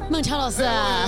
孟强老师，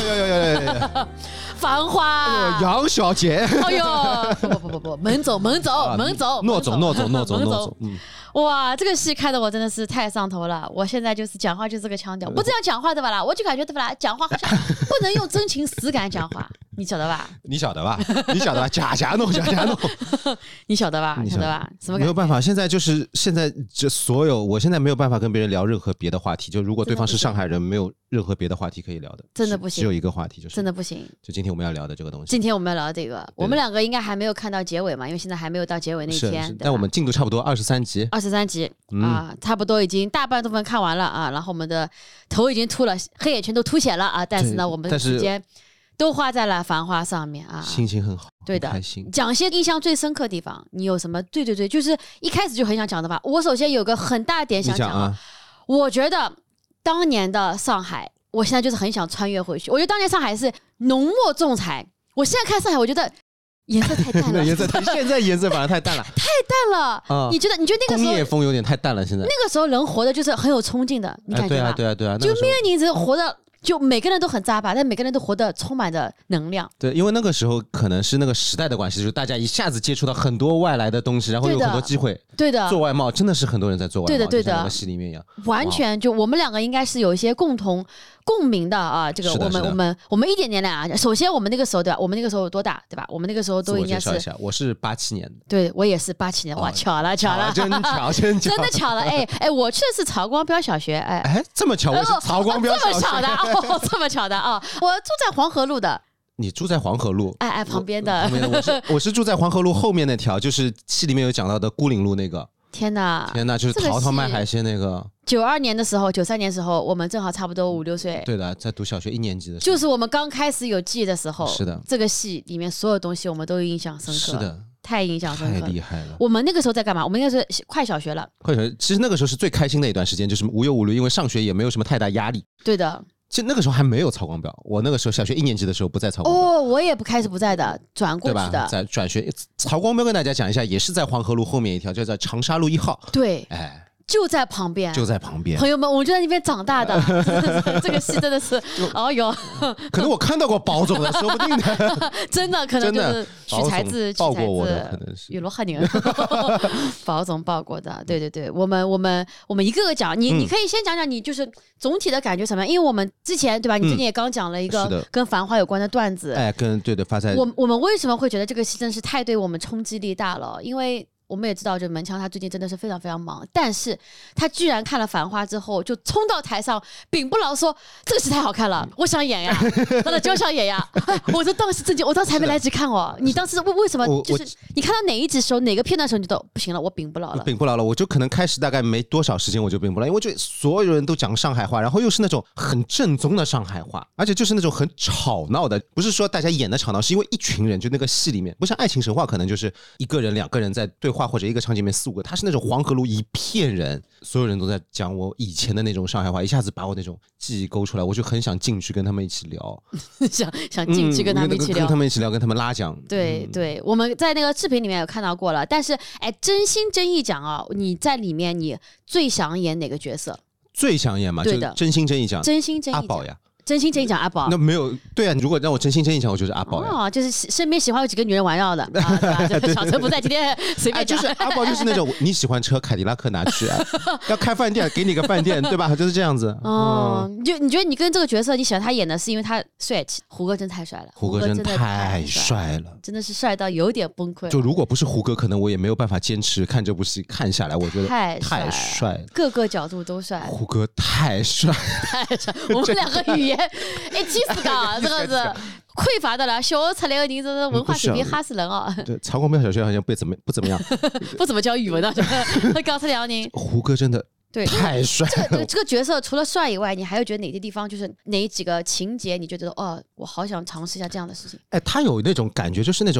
繁花， 杨小姐， 哎呦，不，门走， 诺总， 哇，这个戏看得我真的是太上头了。我现在就是讲话就是这个腔调，不这样讲话对吧啦？我就感觉对吧啦？讲话好像不能用真情实感讲话，你晓得吧？ 你晓得吧？假弄， 你晓得吧？什么感觉？ 没有办法，现在这所有，我现在没有办法跟别人聊任何别的话题。就如果对方是上海人，没有任何别的话题可以聊的， 真的不行， 只有一个话题，就是真的不行。 就今天我们要聊的这个东西。 今天我们要聊的这个，我们两个应该还没有看到结尾嘛，因为现在还没有到结尾那一天。 但我们进度差不多23集。 23集啊，差不多已经大半部分看完了啊，然后我们的头已经秃了，黑眼圈都凸显了啊，但是呢，我们的时间都花在了《繁花》上面啊， 心情很好， 对的， 开心。 讲些印象最深刻的地方，你有什么最就是一开始就很想讲的吧？我首先有个很大点想讲啊，我觉得当年的上海，我现在就是很想穿越回去。我觉得当年上海是浓墨重彩，我现在看上海，我觉得颜色太淡了， 现在颜色反而太淡了， 太淡了。你觉得那个时候工业风有点太淡了？现在那个时候人活的就是很有冲劲的，你感觉吧？ 对啊， 就面临着活的。就每个人都很扎巴，但每个人都活得充满着能量。 对，因为那个时候可能是那个时代的关系，就是大家一下子接触到很多外来的东西，然后有很多机会。 对的， 做外贸真的是很多人在做外贸， 对的， 就像那个戏里面一样。 完全就我们两个应该是有一些共鸣的啊。这个我们一点点来啊。首先我们那个时候对吧？我们那个时候有多大对吧？我们那个时候都应该是。 自我介绍一下，我是87年的。 对，我也是87年。哇，巧了， 真巧， 真的巧了。哎，我去的是曹光标小学。哎， 这么巧，我是曹光标小学。 这么巧的这么巧的啊！我住在黄河路的。 你住在黄河路？ 哎，旁边的。 我是住在黄河路后面那条，就是戏里面有讲到的孤岭路那个。 天哪， 就是淘淘卖海鲜那个。 92年的时候，93年的时候，我们正好差不多5、6岁。 对的，在读小学1年级的时候， 就是我们刚开始有记忆的时候。 是的， 这个戏里面所有东西我们都印象深刻。 是的， 太印象深刻了， 太厉害了。 我们那个时候在干嘛？我们应该是快小学了。 快小学，其实那个时候是最开心的一段时间，就是无忧无虑，因为上学也没有什么太大压力。 对的。 其实那个时候还没有曹光标，我那个时候小学1年级的时候不在曹光标。 哦，我也开始不在的，转过去的。 对吧？在转学，曹光标跟大家讲一下，也是在黄河路后面一条，叫做长沙路1号。 对， 哎， 就在旁边， 朋友们，我们就在那边长大的。这个戏真的是，哦哟， 可能我看到过宝总的，说不定的。 真的，可能就是取材自报过我的，可能是雨罗汉宁，宝总报过的。对，我们一个个讲，你可以先讲讲你就是总体的感觉什么样？因为我们之前对吧？你最近也刚讲了一个跟《繁花》有关的段子， 哎，对发在我们为什么会觉得这个戏真是太对我们冲击力大了？因为我们也知道，就门枪他最近真的是非常非常忙，但是他居然看了《繁花》之后，就冲到台上禀不劳说这个戏太好看了，我想演呀，真的就想演呀。我说当时震惊，我当时还没来得及看哦。你当时为什么就是你看到哪一集时候哪个片段时候你就不行了，我禀不劳了， 我就可能开始大概没多少时间我就禀不劳，因为就所有人都讲上海话，然后又是那种很正宗的上海话，而且就是那种很吵闹的，不是说大家演的吵闹，是因为一群人就那个戏里面，不像爱情神话可能就是1个人2个人在对话。或者一个场景里面4、5个，他是那种黄河路一片人，所有人都在讲我以前的那种上海话，一下子把我那种记忆勾出来，我就很想进去跟他们一起聊， 想进去跟他们一起聊， 跟他们一起聊，跟他们拉讲。 对，我们在那个视频里面有看到过了，但是真心真意讲啊，你在里面你最想演哪个角色？ 最想演嘛，就真心真意讲，阿宝呀。 真心真意讲阿宝， 那没有对啊！你如果让我真心真意讲，我就是阿宝呀。 就是身边喜欢有几个女人环绕的啊，对吧？小陈不在，今天随便讲。就是阿宝，就是那种你喜欢车，凯迪拉克拿去啊，要开饭店，给你个饭店，对吧？就是这样子。 你觉得你跟这个角色你喜欢他演的是因为他帅气？胡歌真太帅了， 胡歌真的太帅了， 真的是帅到有点崩溃。 就如果不是胡歌，可能我也没有办法坚持看这部戏看下来。我觉得太帅了， 各个角度都帅。 胡歌太帅， 我们两个语言。气死噶，这个是匮乏的了，小出来的人这个文化水平吓死人啊！ 对，曹光标小学好像不怎么样， 不怎么教语文的，搞出两人。 胡歌真的对太帅了。 这个角色除了帅以外，你还有觉得哪些地方，就是哪几个情节，你觉得我好想尝试一下这样的事情？ 哎，他有那种感觉，就是那种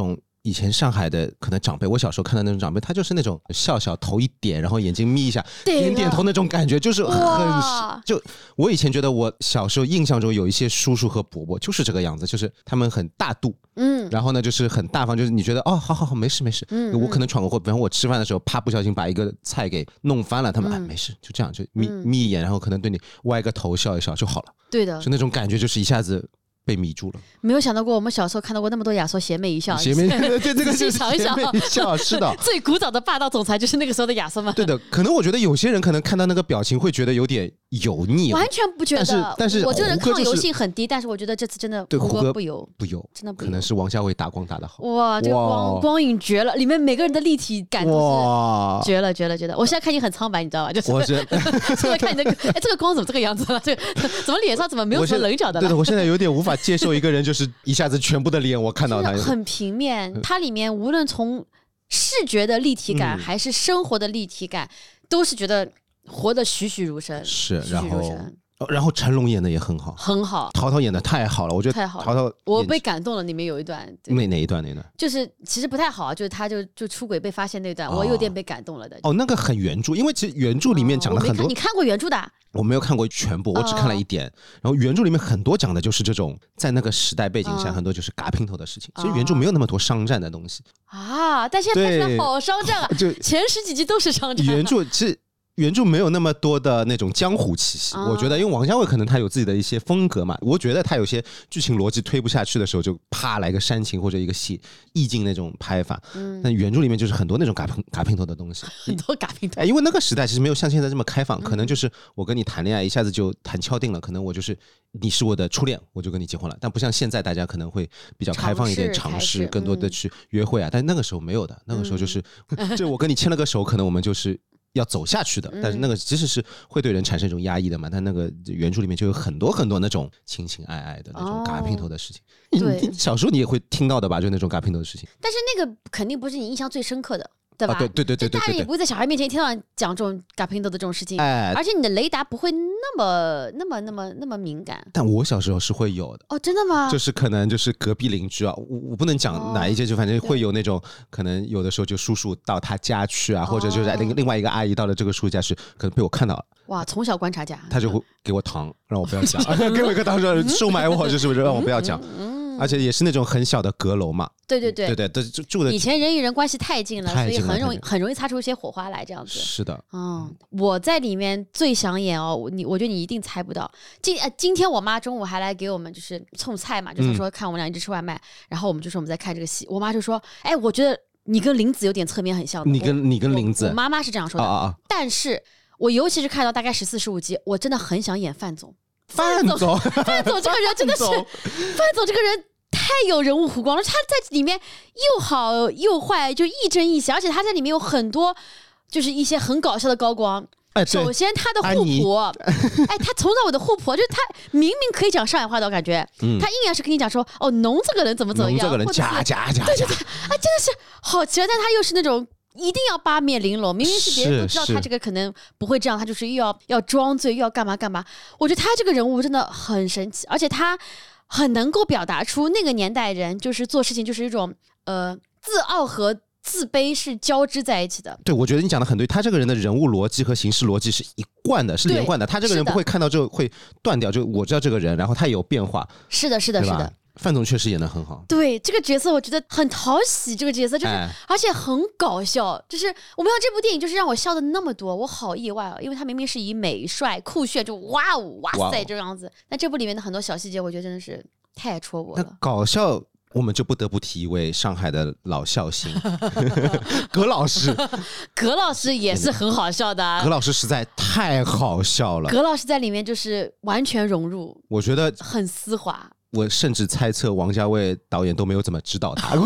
以前上海的可能长辈，我小时候看到那种长辈，他就是那种笑笑头一点，然后眼睛眯一下，点点头那种感觉，就是很就我以前觉得我小时候印象中有一些叔叔和伯伯就是这个样子，就是他们很大度，然后呢就是很大方，就是你觉得哦好好好没事没事，我可能闯过祸，比方我吃饭的时候啪不小心把一个菜给弄翻了，他们没事就这样就眯一眼，然后可能对你歪个头笑一笑就好了， 对的， 就那种感觉就是一下子被迷住了。 没有想到过我们小时候看到过那么多亚索邪魅一笑， 邪魅对这个就是想一想， 邪魅一笑是的， 最古早的霸道总裁就是那个时候的亚索嘛。 对的，可能我觉得有些人可能看到那个表情会觉得有点油腻， 完全不觉得。 但是我这个人抗油性很低，但是我觉得这次真的对胡歌不油，真的不油。 可能是王家卫打光打得好。 哇，这个光影绝了，里面每个人的立体感都是绝了。我现在看你很苍白，你知道吧？就是看你的，这个光怎么这个样子了？这个怎么脸上怎么没有什么棱角的了？ 对的，我现在有点无法接受一个人就是一下子全部的脸我看到他很平面，它里面无论从视觉的立体感还是生活的立体感，都是觉得活得栩栩如生。 是，然后成龙演的也很好， 很好， 陶陶演的太好了，我觉得太好了。 陶陶我被感动了，里面有一段， 哪一段？ 就是其实不太好，就是他就出轨被发现那段，我有点被感动了的。 那个很原著，因为其实原著里面讲了很多。 你看过原著的？ 我没有看过全部，我只看了一点。然后原著里面很多讲的就是这种在那个时代背景下，很多就是嘎姘头的事情。其实原著没有那么多商战的东西啊，但现在拍出来好商战啊！就前10几集都是商战。 原著其实。原著没有那么多的那种江湖气息，我觉得，因为王家卫可能他有自己的一些风格嘛，我觉得他有些剧情逻辑推不下去的时候，就啪来个煽情或者一个意境那种拍法。但原著里面就是很多那种嘎姘头的东西， 很多嘎姘头。 因为那个时代其实没有像现在这么开放，可能就是我跟你谈恋爱一下子就谈敲定了，可能我就是你是我的初恋，我就跟你结婚了。但不像现在大家可能会比较开放一点，尝试更多的去约会啊。但那个时候没有的，那个时候就是就我跟你牵了个手，可能我们就是要走下去的，但是那个其实是会对人产生一种压抑的嘛。但那个原著里面就有很多很多那种情情爱爱的那种嘎姘头的事情。对，小时候你也会听到的吧？就那种嘎姘头的事情。但是那个肯定不是你印象最深刻的。对吧？ 对， 大人也不会在小孩面前一天到晚讲这种嘎姘头的这种事情，而且你的雷达不会那么敏感。 但我小时候是会有的。 哦，真的吗？ 就是可能就是隔壁邻居啊，我不能讲哪一届，就反正会有那种可能有的时候就叔叔到他家去啊，或者就是另外一个阿姨到了这个叔叔家去，可能被我看到了。 哇，从小观察家， 他就会给我糖，让我不要讲，给我一个糖说收买我，就是不是让我不要讲。而且也是那种很小的阁楼嘛， 对， 住的以前人与人关系太近了，所以很容易擦出一些火花来，这样子。 是的， 我在里面最想演我觉得你一定猜不到。今天我妈中午还来给我们就是送菜嘛，就她说看我们俩一直吃外卖，然后我们就说我们在看这个戏，我妈就说，哎，我觉得你跟林子有点侧面很像的。 你跟林子， 我妈妈是这样说的。但是我尤其是看到大概14、15集，我真的很想演范总。范总这个人真的是，范总这个人太有人物弧光了。他在里面又好又坏，就亦正亦邪，而且他在里面有很多就是一些很搞笑的高光。首先他的互婆，他从早我的互婆，就是他明明可以讲上海话的，我感觉，他硬要是跟你讲说，侬这个人怎么样， 这个人假，对， 真的是好奇怪，但他又是那种。一定要八面玲珑，明明是别人都知道他这个可能不会这样，他就是又要装醉，又要干嘛干嘛。我觉得他这个人物真的很神奇，而且他很能够表达出那个年代人就是做事情就是一种自傲和自卑是交织在一起的。对， 我觉得你讲的很对，他这个人的人物逻辑和行事逻辑是一贯的，是连贯的。他这个人不会看到之后会断掉，就我知道这个人，然后他也有变化。 是的。 范总确实演得很好， 对这个角色我觉得很讨喜，这个角色就是，而且很搞笑，就是我没有这部电影就是让我笑的那么多，我好意外因为他明明是以美帅酷炫就哇塞这样子，但这部里面的很多小细节我觉得真的是太戳我了。 那搞笑我们就不得不提一位上海的老笑星葛老师。 葛老师也是很好笑的， 葛老师实在太好笑了， 葛老师在里面就是完全融入， 我觉得很丝滑。 我甚至猜测王家卫导演都没有怎么指导他，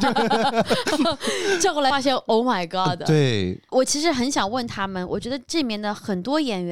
叫过来发现 Oh my God。 对， 我其实很想问他们，我觉得这里面的很多演员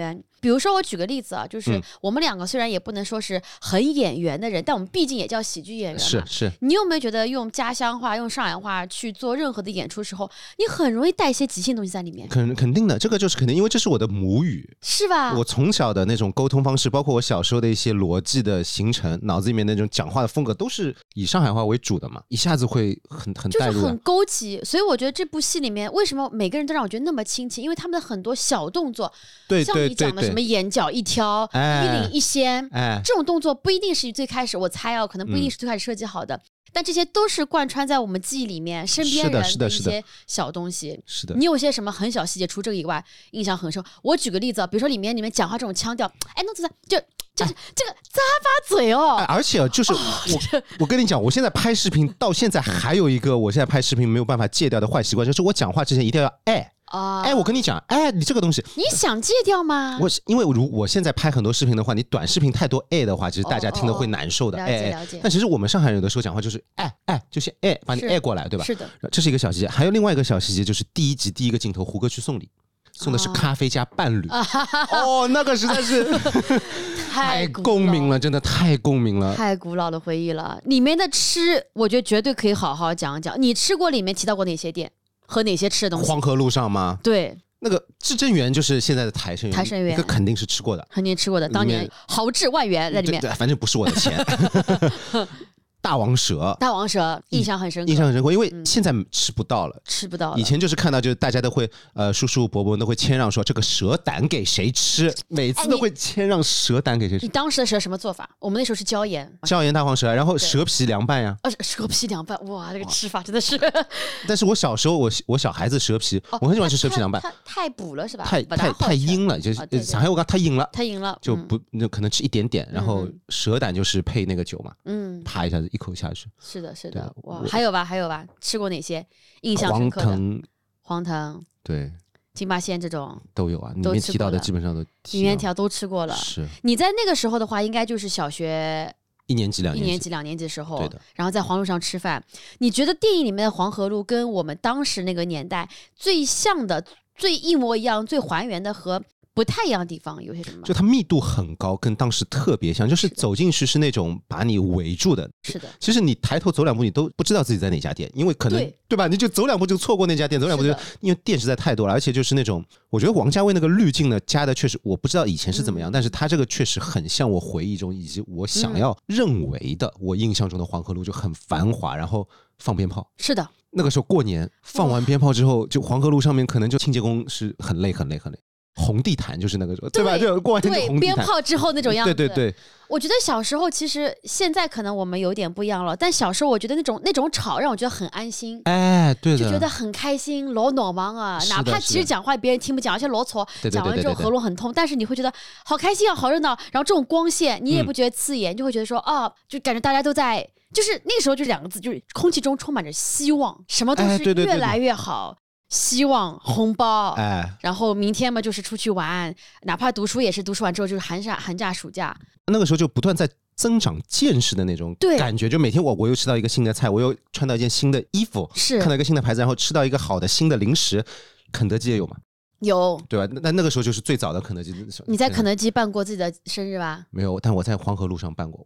比如说我举个例子啊，就是我们两个虽然也不能说是很演员的人，但我们毕竟也叫喜剧演员嘛。 是。 你有没有觉得用家乡话、用上海话去做任何的演出的时候，你很容易带一些即兴东西在里面？ 肯定的，这个就是肯定，因为这是我的母语， 是吧？ 我从小的那种沟通方式，包括我小时候的一些逻辑的形成，脑子里面那种讲话的风格，都是以上海话为主的嘛，一下子会很带入， 就是很勾起。所以我觉得这部戏里面为什么每个人都让我觉得那么亲切，因为他们的很多小动作， 对像你讲的什么眼角一挑、一领一掀，这种动作不一定是最开始我猜可能不一定是最开始设计好的。但这些都是贯穿在我们记忆里面，身边人的一些小东西。 是的， 你有些什么很小细节，除这个以外，印象很深。我举个例子，比如说里面你们讲话这种腔调，弄怎么就是这个咂巴嘴而且就是我跟你讲，我现在拍视频到现在还有一个，我现在拍视频没有办法戒掉的坏习惯，就是我讲话之前一定要我跟你讲，你这个东西， 你想戒掉吗？ 因为我现在拍很多视频的话，你短视频太多的话，其实大家听得会难受的。 了解。 但其实我们上海人有的时候讲话就是就先把你过来，对吧？ 是的， 这是一个小细节。还有另外一个小细节，就是第一集第一个镜头，胡歌去送礼，送的是咖啡加伴侣。那个实在是太共鸣了，真的太共鸣了， 太古老的回忆了。里面的吃，我觉得绝对可以好好讲讲。你吃过里面提到过哪些店？和哪些吃的东西？ 黄河路上吗？ 对， 那个至臻园就是现在的台盛园，这个肯定是吃过的， 肯定吃过的。当年豪掷万元在里面， 对，反正不是我的钱。大王蛇印象很深刻， 因为现在吃不到了，以前就是看到，就是大家都会叔叔伯伯们都会谦让说这个蛇胆给谁吃，每次都会谦让蛇胆给谁吃。 你当时的蛇什么做法？我们那时候是椒盐大黄蛇，然后蛇皮凉拌呀。 蛇皮凉拌，哇，这个吃法真的是。 但是我小时候我小孩子蛇皮，我很喜欢吃蛇皮凉拌。 太补了是吧？ 太阴了，就是上海我讲太阴了，就不可能吃一点点，然后蛇胆就是配那个酒嘛，啪一下子一口下去。 是的，哇，还有吧？吃过哪些印象深刻的？黄藤， 对， 金八仙这种都有啊，里面提到的基本上都吃过了。 是你在那个时候的话，应该就是小学 1年级、2 年级的时候， 对的。 然后在黄路上吃饭，你觉得电影里面的黄河路跟我们当时那个年代最像的、最一模一样、最还原的和不太一样的地方有些什么？ 就它密度很高，跟当时特别像，就是走进去是那种把你围住的。 是的， 其实你抬头走2步，你都不知道自己在哪家店，因为可能 对吧？你就走2步就错过那家店，走2步就因为店实在太多了，而且就是那种，我觉得王家卫那个滤镜呢加的确实，我不知道以前是怎么样，但是他这个确实很像我回忆中以及我想要认为的，我印象中的黄河路就很繁华，然后放鞭炮。 是的， 那个时候过年放完鞭炮之后，就黄河路上面可能就清洁工是很累。红地毯就是那个时候，对吧？就过完年就红地毯， 鞭炮之后那种样子。 对。 我觉得小时候其实现在可能我们有点不一样了，但小时候我觉得那种吵让我觉得很安心。 对的， 就觉得很开心，老闹忙啊，哪怕其实讲话别人听不讲，而且老吵，讲完之后喉咙很痛，但是你会觉得好开心啊，好热闹。然后这种光线你也不觉得刺眼，就会觉得说就感觉大家都在，就是那个时候就2个字，就是空气中充满着希望，什么都是越来越好。希望红包，然后明天嘛就是出去玩，哪怕读书也是读书完之后就是寒假暑假， 那个时候就不断在增长见识的那种感觉，就每天我又吃到一个新的菜，我又穿到一件新的衣服，看到一个新的牌子，然后吃到一个好的新的零食。肯德基也有吗？ 有， 对吧？那个时候就是最早的肯德基。 你在肯德基办过自己的生日吧？ 没有，但我在黄河路上办过。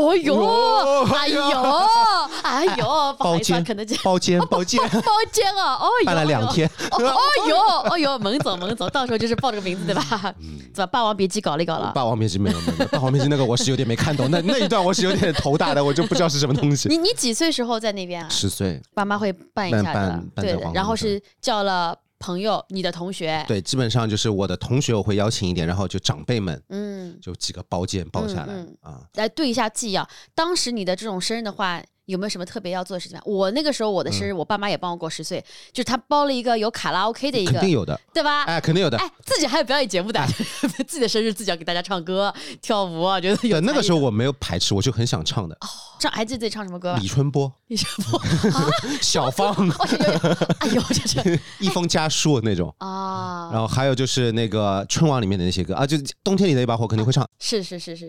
哎呦， 包间， 肯德基包间哦， 办了2天。 猛走，到时候就是报这个名字对吧？是吧？霸王别姬搞了一搞了。 霸王别姬没有，霸王别姬那个我是有点没看懂，那一段我是有点头大的，我就不知道是什么东西。 你几岁时候在那边啊 ？10岁， 爸妈会办一下的，对的。然后是叫了朋友，你的同学， 对，基本上就是我的同学我会邀请一点，然后就长辈们，就几个包间包下来来对一下记啊。当时你的这种生日的话，有没有什么特别要做的事情？我那个时候我的生日，我爸妈也帮我过10岁，就是他包了一个有卡拉 OK 的一个， 肯定有的， 对吧？ 肯定有的。 自己还有表演节目的，自己的生日自己要给大家唱歌跳舞啊，觉得有。 那个时候我没有排斥，我就很想唱的。 还记得自己唱什么歌？ 李春波，小芳， 哎呦，这是一封家书那种然后还有就是那个春晚里面的那些歌就冬天里的一把火肯定会唱。 是。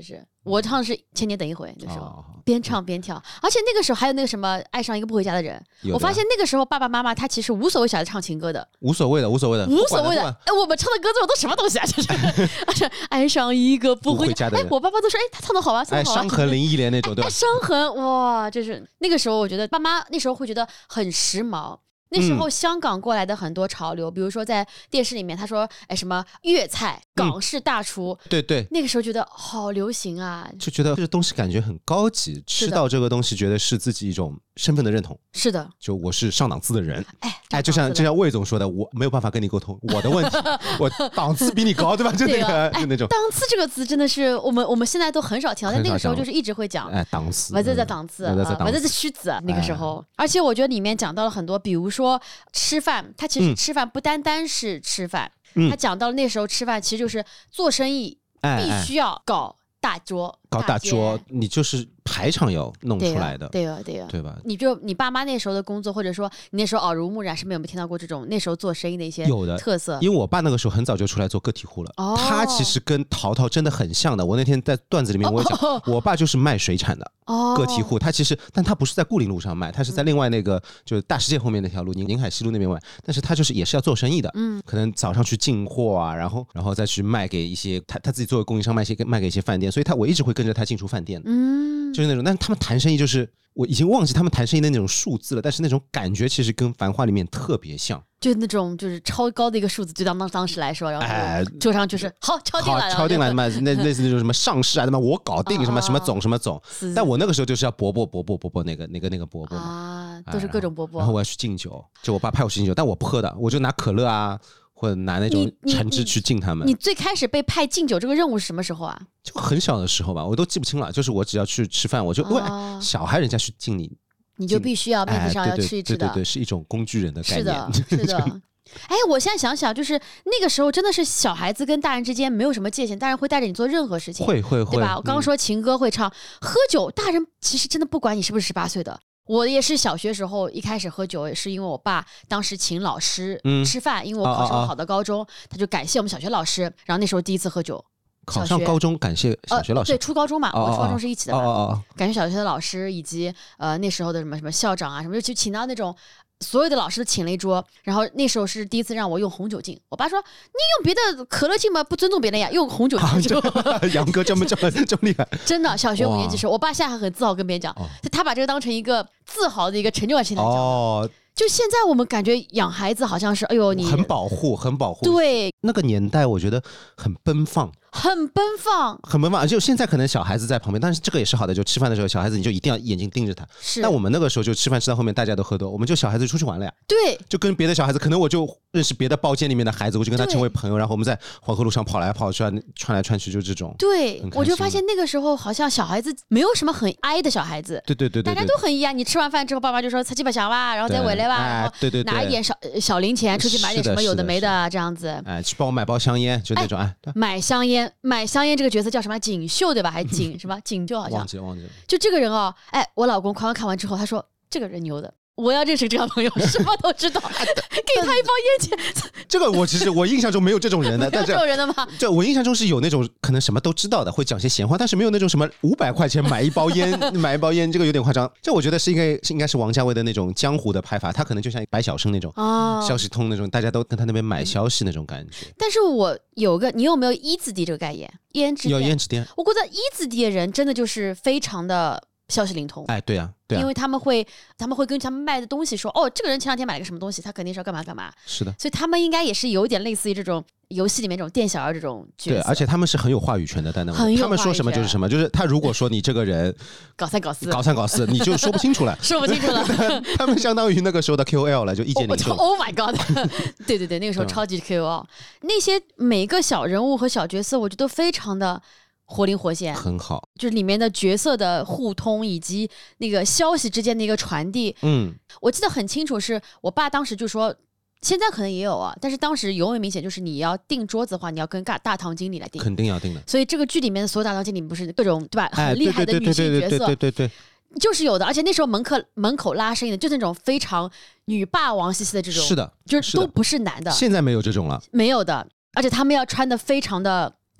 我唱的是《千年等一回》，那时候、 哦边唱边跳，而且那个时候还有那个什么爱上一个不回家的人， 有的我发现那个时候爸爸妈妈他其实无所谓小孩子唱情歌的， 无所谓的，无所谓的， 无所谓的。 不管哎，我们唱的歌这种都什么东西啊？就是而且爱上一个不回家。哎，我爸爸都说，哎，他唱的好啊，唱哎， 得好啊。 伤痕林忆莲那种，对吧？ 伤痕哇，就是那个时候，我觉得爸妈那时候会觉得很时髦。那时候香港过来的很多潮流，比如说在电视里面，他说，哎，什么粤菜、港式大厨， 对对， 那个时候觉得好流行啊， 就觉得这东西感觉很高级，吃到这个东西觉得是自己一种身份的认同。 是的， 就我是上档次的人， 哎， 就像魏总说的，我没有办法跟你沟通，我的问题，我档次比你高，对吧？就那个，就那种档次这个词真的是我们现在都很少听到，但那个时候就是一直会讲， 哎，档次， 我在档次，我在虚子那个时候，而且我觉得里面讲到了很多，比如说吃饭，他其实吃饭不单单是吃饭，他讲到了那时候吃饭其实就是做生意必须要搞大桌， 搞大桌，你就是排场要弄出来的， 对吧？你爸妈那时候的工作，或者说你那时候耳濡目染，是没有听到过这种那时候做生意的一些特色？ 因为我爸那个时候很早就出来做个体户了，他其实跟淘淘真的很像的。我那天在段子里面我也讲，我爸就是卖水产的个体户，他其实但他不是在固陵路上卖，他是在另外那个就是大世界后面那条路宁海西路那边卖，但是他就是也是要做生意的，可能早上去进货啊，然后再去卖给一些他自己作为供应商卖给一些饭店，所以我一直会跟着他进出饭店的，就是那种，但是他们谈生意就是我已经忘记他们谈生意的那种数字了，但是那种感觉其实跟《繁花》里面特别像， 就那种就是超高的一个数字，就当时来说，然后桌上就是好敲定了， 敲定了嘛，那类似那种什么上市啊，什么我搞定什么什么总，但我那个时候就是要伯伯那个伯伯嘛，都是各种伯伯， 然后我要去敬酒，就我爸派我去敬酒，但我不喝的，我就拿可乐啊。或者拿那种橙汁去敬他们。 你最开始被派敬酒这个任务是什么时候啊？ 就很小的时候吧，我都记不清了。就是我只要去吃饭，我就小孩人家去敬你， 你就必须要面子上要吃一吃的。 对，是一种工具人的概念。 是的。哎，我现在想想，就是那个时候真的是小孩子跟大人之间没有什么界限，大人会带着你做任何事情， 会， 对吧？我刚刚说情歌会唱，喝酒，大人其实真的不管你是不是18岁的。我也是小学时候一开始喝酒，也是因为我爸当时请老师吃饭，因为我考上好的高中，他就感谢我们小学老师。然后那时候第一次喝酒， 考上高中感谢小学老师， 对，初高中嘛，我初高中是一起的嘛，感谢小学的老师以及那时候的什么校长啊什么，就请到那种。所有的老师都请了一桌，然后那时候是第一次让我用红酒敬。我爸说：“你用别的可乐敬吗？不尊重别人呀，用红酒敬。” 杨哥这么厉害， 真的。小学5年级时候，我爸现在还很自豪跟别人讲，他把这个当成一个自豪的一个成就感来讲。就现在我们感觉养孩子好像是，哎呦你很保护。 对， 那个年代我觉得很奔放。就现在可能小孩子在旁边，但是这个也是好的。就吃饭的时候，小孩子你就一定要眼睛盯着他。 是。 但我们那个时候就吃饭吃到后面，大家都喝多，我们就小孩子出去玩了呀。 对。 就跟别的小孩子，可能我就认识别的包间里面的孩子，我就跟他成为朋友，然后我们在黄河路上跑来跑去，穿来穿去，就这种。 对，我就发现那个时候好像小孩子没有什么很哀的小孩子。 对， 大家都很一样。你吃完饭之后，爸爸就说擦鸡巴响吧，然后再回来吧，然后拿一点小零钱出去买点什么有的没的这样子。 哎，去帮我买包香烟，就那种买香烟这个角色叫什么？锦绣对吧？还锦什么？锦绣好像忘记了。 就这个人哦，哎，我老公看完之后，他说这个人牛的，我要认识这样朋友，什么都知道，给他一包烟钱。 这个其实我印象中没有这种人的， 没有这种人的吗？ 对，我印象中是有那种可能什么都知道的，会讲些闲话，但是没有那种什么500块钱买一包烟，这个有点夸张。这我觉得应该是王家卫的那种江湖的拍法，他可能就像白晓生那种消息通那种，大家都跟他那边买消息那种感觉。 但是我你有没有一字第这个概念？胭脂店， 有胭脂店。 我觉得一字第的人真的就是非常的消息灵通。 哎，对啊， 因为他们会根据他们卖的东西说，这个人前2天买了个什么东西，他肯定是要干嘛。 是的， 所以他们应该也是有一点类似于这种游戏里面这种店小二这种角色。 对，而且他们是很有话语权的，但他们说什么就是什么，就是他如果说你这个人搞三搞四， 你就说不清楚了， 说不清楚了。 他们相当于那个时候的 KOL 了，就意见领袖。 Oh my god！ 对，那个时候超级 KOL，那些每一个小人物和小角色，我觉得都非常的活灵活现， 很好， 就是里面的角色的互通以及那个消息之间的一个传递。我记得很清楚，是我爸当时就说，现在可能也有啊，但是当时尤为明显，就是你要订桌子的话，你要跟大堂经理来订， 肯定要订的。 所以这个剧里面的所有大堂经理不是各种对吧，很厉害的女性角色， 对， 就是有的。而且那时候门口拉生意的，就是那种非常女霸王兮兮的这种， 是的， 就是都不是男的。 现在没有这种了， 没有的。而且他们要穿的非常的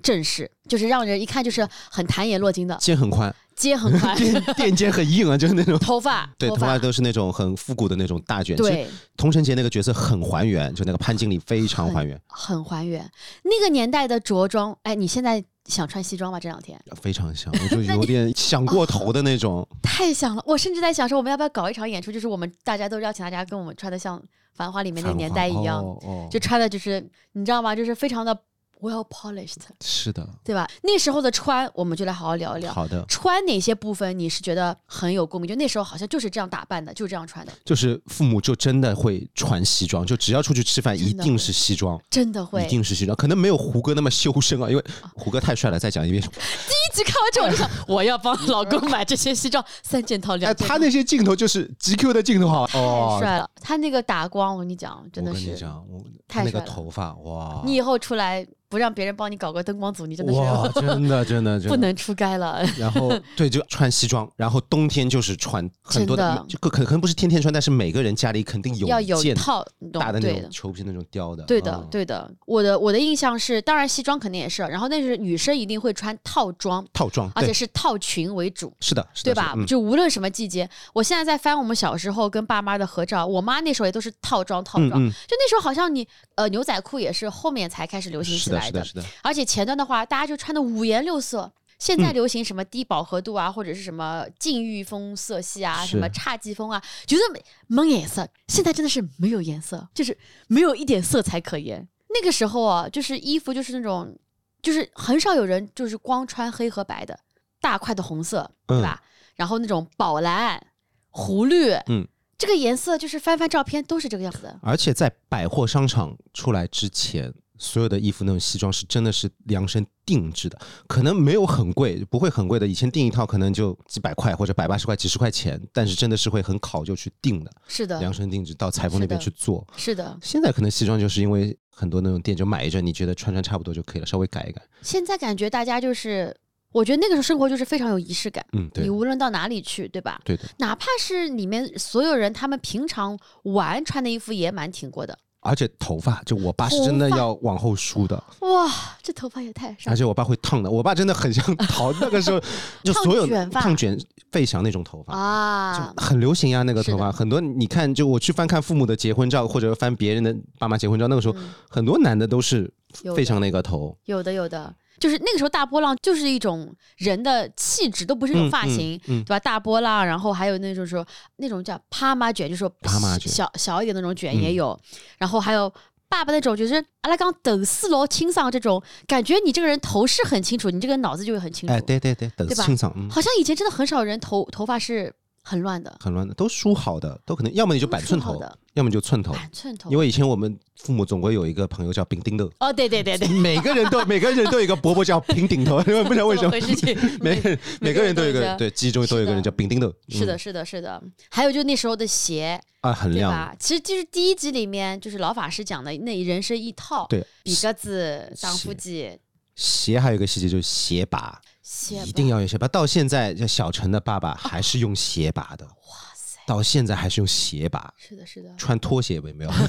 正式，就是让人一看就是很弹眼落睛的， 肩很宽， 肩很宽， 垫肩很硬啊，就是那种头发， 对，头发都是那种很复古的那种大卷。 对， 童承杰那个角色很还原，就那个潘经理非常还原， 很还原那个年代的着装。哎，你现在想穿西装吗？这2天非常像，我就有点想过头的那种。 太想了，我甚至在想说，我们要不要搞一场演出，就是我们大家都邀请大家跟我们穿的像《繁花》里面那个年代一样，就穿的就是你知道吗？就是非常的 well polished。 是的， 对吧？那时候的穿，我们就来好好聊一聊。 好的， 穿哪些部分你是觉得很有共鸣？就那时候好像就是这样打扮的，就是这样穿的。 就是父母就真的会穿西装，就只要出去吃饭一定是西装， 真的会， 一定是西装。可能没有胡歌那么修身啊，因为胡歌太帅了。再讲一遍， 第一集看完之后我就想，我要帮老公买这些西装，3件套2件套。 他那些镜头就是 GQ 的镜头，好， 太帅了。他那个打光，我跟你讲，真的是， 我跟你讲， 太帅了。 那个头发，哇！ 你以后出来不让别人帮你搞个灯光组，你真的是哇，真的不能出街了。 然后对，就穿西装，然后冬天就是穿很多的，就可能不是天天穿，但是每个人家里肯定有要有一套大的那种裘皮那种貂的。 对的，对的。我的印象是，当然西装肯定也是，然后那是女生一定会穿套装，而且是套裙为主。 是的， 对吧？就无论什么季节，我现在在翻我们小时候跟爸妈的合照，我妈那时候也都是套装，就那时候好像你牛仔裤也是后面才开始流行起来的， 是的。 而且前端的话，大家就穿的5颜6色。现在流行什么低饱和度啊，或者是什么禁欲风色系啊，什么侘寂风啊，觉得没颜色。现在真的是没有颜色，就是没有一点色彩可言。那个时候啊，就是衣服就是那种，就是很少有人就是光穿黑和白的，大块的红色，对吧？然后那种宝蓝、湖绿，这个颜色就是翻照片都是这个样子的。 而且在百货商场出来之前，所有的衣服那种西装是真的是量身定制的，可能没有很贵，不会很贵的。以前订一套可能就几百块或者180块、几十块钱，但是真的是会很考究去定的。 是的， 量身定制到裁缝那边去做。 是的。 现在可能西装就是因为很多那种店就买一阵，你觉得穿差不多就可以了，稍微改一改。 现在感觉大家就是。我觉得那个时候生活就是非常有仪式感， 对， 你无论到哪里去，对吧？ 对的， 哪怕是里面所有人，他们平常玩穿的衣服也蛮挺过的。 而且头发，就我爸是真的要往后梳的。 哇，这头发也太帅！ 而且我爸会烫的，我爸真的很像陶。那个时候就所有烫卷费翔那种头发啊，就很流行呀。那个头发很多，你看，就我去翻看父母的结婚照，或者翻别人的爸妈结婚照，那个时候很多男的都是费翔那个头。 有的。就是那个时候大波浪就是一种人的气质，都不是一种发型，对吧？大波浪，然后还有那种说那种叫帕玛卷，就是说小一点的那种卷也有，然后还有爸爸那种就是阿拉刚斗四楼清爽这种感觉，你这个人头是很清楚，你这个人脑子就会很清楚。 哎，对，斗四清爽， 好像以前真的很少人头发是很乱的， 都梳好的，都可能要么你就板寸头，要么就寸头。因为以前我们父母总归有一个朋友叫丙丁豆。 哦，对， 每个人都有一个伯伯叫平顶头，不知道为什么。每个人都有一个，对，记忆中都有一个人叫丙丁豆。 是的。还有就那时候的鞋啊，很亮。 对吧？其实就是第1集里面就是老法师讲的那人生一套， 对， 比格子、当夫髻。 鞋还有一个细节就是鞋拔，一定要有鞋拔。到现在，小陈的爸爸还是用鞋拔的。哇塞！到现在还是用鞋拔。 是的。 穿拖鞋有没有？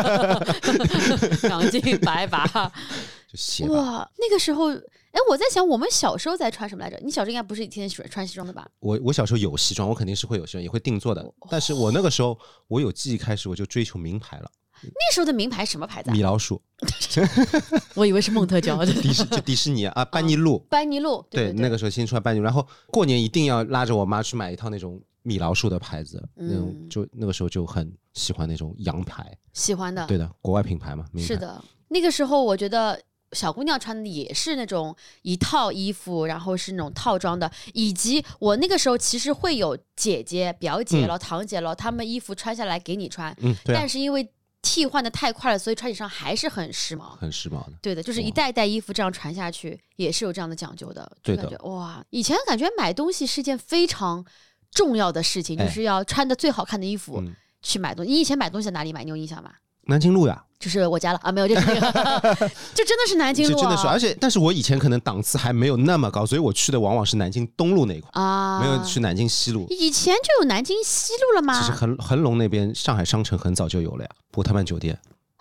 长进拔一拔。 就鞋拔。 哇，那个时候，我在想，我们小时候在穿什么来着？你小时候应该不是天天穿西装的吧？ 我小时候有西装，我肯定是会有西装，也会定做的。但是我那个时候，我有记忆开始，我就追求名牌了。 那时候的名牌什么牌子？ 米老鼠。 我以为是梦特娇。 迪士尼啊，班尼路。对，那个时候新出来班尼路，然后过年一定要拉着我妈去买一套那种米老鼠的牌子，那种就那个时候就很喜欢那种洋牌。喜欢的。对的，国外品牌嘛。 是的，那个时候我觉得小姑娘穿的也是那种一套衣服，然后是那种套装的，以及我那个时候其实会有姐姐、表姐了、堂姐了，她们衣服穿下来给你穿，但是因为替换的太快了，所以穿起上还是很时髦，的。对的，就是一代代衣服这样传下去，也是有这样的讲究的。对的，哇，以前感觉买东西是件非常重要的事情，就是要穿的最好看的衣服去买东西。你以前买东西在哪里买？你有印象吗？ 南京路呀。 就是我家了啊，没有，就是这真的是南京路真的是，而且但是我以前可能档次还没有那么高，所以我去的往往是南京东路那一块啊，没有去南京西路。 以前就有南京西路了吗？ 其实恒隆那边上海商城很早就有了呀，博特曼酒店啊，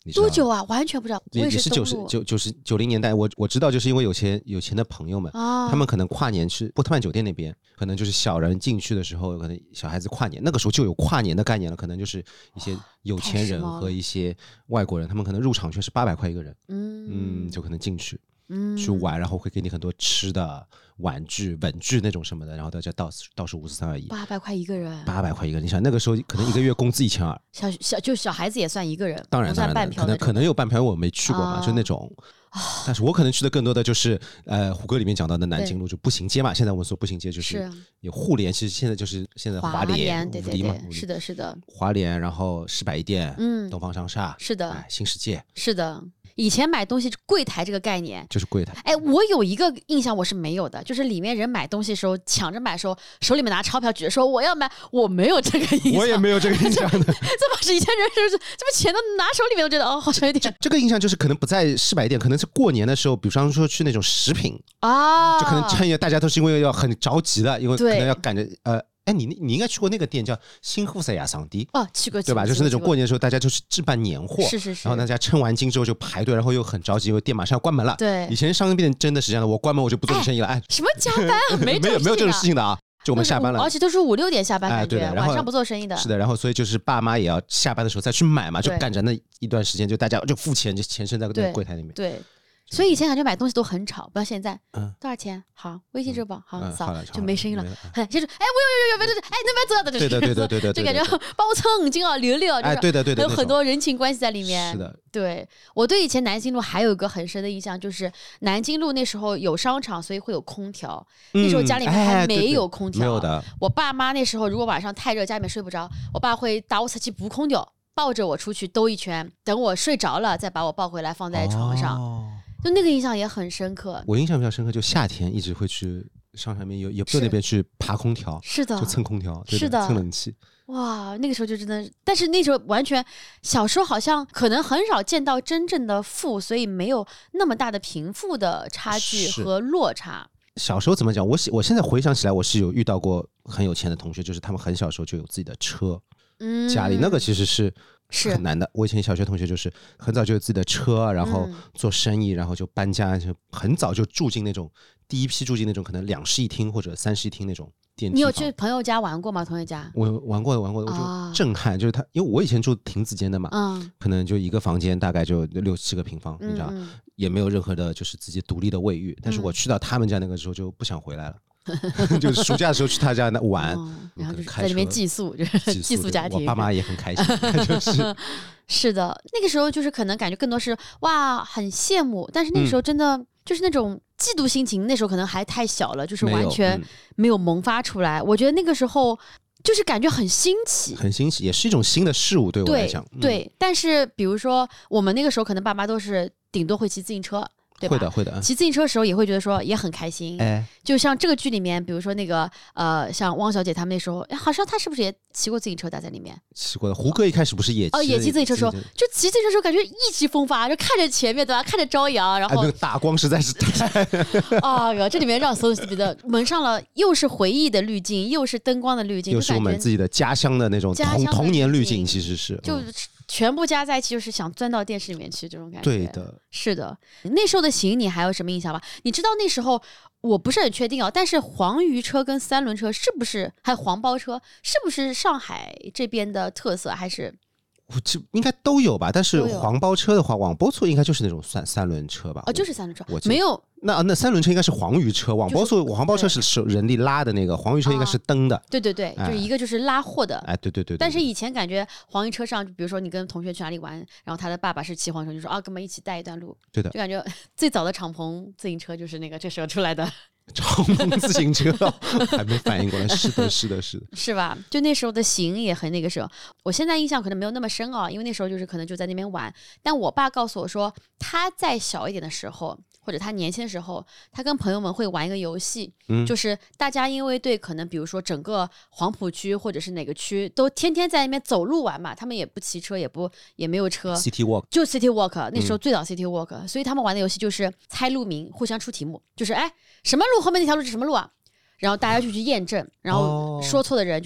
你知道吗多久啊？完全不知道，我也是是东路 90年代，我知道，就是因为有钱的朋友们， 啊， 他们可能跨年是波特曼酒店那边，可能就是小人进去的时候，可能小孩子跨年，那个时候就有跨年的概念了，可能就是一些有钱人和一些外国人，他们可能入场券是800块一个人，就可能进去。去玩，然后会给你很多吃的、玩具、文具那种什么的，然后大家倒数5、4、3、2、1。 800块一个人 ，800块一个人。你想那个时候可能一个月工资1200， 小孩子也算一个人， 当然算半票可能有半票，我没去过嘛，就那种。但是我可能去的更多的就是胡歌里面讲到的南京路就步行街嘛，现在我们说步行街就是有互联，其实现在华联、 对五嘛， 是的， 华联，然后市百衣店，东方商厦， 是的， 新世界， 是的。以前买东西柜台这个概念就是柜台。 哎，我有一个印象我是没有的，就是里面人买东西的时候抢着买的时候，手里面拿钞票举着说我要买，我没有这个印象， 我也没有这个印象的。 这么是以前人是这么钱都拿手里面，我觉得好像有点这个印象就是可能不在市百店，可能是过年的时候，比方说去那种食品啊，就可能趁大家都是因为要很着急的，因为可能要赶着哎，你应该去过那个店叫新富塞亚桑迪哦，去过对吧？就是那种过年的时候，大家就是置办年货， 是， 然后大家称完金之后就排队，然后又很着急，因为店马上要关门了。 对， 以前商店真的是这样的，我关门我就不做生意了。哎， 什么加班啊？没有这种事情的啊。就我们下班了， 而且都是5、6点下班，感觉晚上不做生意的。 是的，然后所以就是爸妈也要下班的时候再去买嘛，就赶着那一段时间，就大家就付钱，就钱剩在柜台里面。 对。所以以前感觉买东西都很吵，不像现在，多少钱？好，微信支付宝，好扫就没声音了。就是哎，我有，哎，那边走的， 对， 就感觉帮我蹭金啊，流， 哎，对， 还有很多人情关系在里面。 是的， 对我对以前南京路还有一个很深的印象，就是南京路那时候有商场，所以会有空调。那时候家里面还没有空调， 没有的。 我爸妈那时候如果晚上太热，家里面睡不着，我爸会打我出去补空调，抱着我出去兜一圈，等我睡着了再把我抱回来放在床上。就那个印象也很深刻。 我印象比较深刻，就夏天一直会去商场里面也不那边去爬空调， 是的， 就蹭空调， 是的， 蹭冷气。 哇，那个时候就真的，但是那时候完全小时候好像可能很少见到真正的富，所以没有那么大的贫富的差距和落差。 小时候怎么讲？我现在回想起来，我是有遇到过很有钱的同学，就是他们很小时候就有自己的车，家里那个其实是很难的。我以前小学同学就是很早就有自己的车，然后做生意，然后就搬家，就很早就住进那种第一批住进那种可能2室1厅或者3室1厅那种电梯房。 你有去朋友家玩过吗？同学家？ 我玩过，我就震撼，就是他，因为我以前住亭子间的嘛，可能就一个房间大概就6、7个平方，你知道，也没有任何的就是自己独立的卫浴。但是我去到他们家那个时候就不想回来了。就是暑假的时候去他家玩， 然后就在里面寄宿，就是寄宿家庭。 我爸妈也很开心，就是是的，那个时候就是可能感觉更多是哇很羡慕，但是那个时候真的就是那种嫉妒心情，那时候可能还太小了，就是完全没有萌发出来。我觉得那个时候就是感觉很新奇， 很新奇，也是一种新的事物对我来讲。 对，但是比如说我们那个时候可能爸妈都是顶多会骑自行车。 会的。 骑自行车的时候也会觉得说也很开心，就像这个剧里面，比如说那个像汪小姐他们那时候，好像她是不是也骑过自行车在里面？ 骑过的。胡歌一开始不是也骑自行车的时候，就骑自行车的时候感觉意气风发，就看着前面对吧，看着朝阳，然后那个打光实在是太这里面让所有觉得蒙上了又是回忆的滤镜，又是灯光的滤镜， 又是我们自己的家乡的那种童年滤镜，其实是就全部加在一起，就是想钻到电视里面去这种感觉。 对的， 是的。那时候的行你还有什么印象吗？你知道那时候我不是很确定但是黄鱼车跟3轮车是不是还有黄包车是不是上海这边的特色，还是？ 应该都有吧，但是黄包车的话，网包车应该就是那种3轮车吧？ 就是3轮车，没有。 那3轮车应该是黄鱼车，黄包车是人力拉的那个，黄鱼车应该是蹬的。 对，就是一个就是拉货的。 对。 但是以前感觉黄鱼车上，比如说你跟同学去哪里玩，然后他的爸爸是骑黄车，就说哥们一起带一段路。 对的， 就感觉最早的敞篷自行车就是那个这时候出来的。 敞篷自行车还没反应过来，是的， 是吧？就那时候的行也很那个时候，我现在印象可能没有那么深因为那时候就是可能就在那边玩。但我爸告诉我说，他在小一点的时候，或者他年轻的时候，他跟朋友们会玩一个游戏，就是大家因为对可能比如说整个黄浦区或者是哪个区都天天在那边走路玩嘛，他们也不骑车，也没有车 ，City Walk 就 City Walk， 那时候最早 City Walk，所以他们玩的游戏就是猜路名，互相出题目，就是什么路后面那条路是什么路啊？然后大家就去验证，然后说错的人就是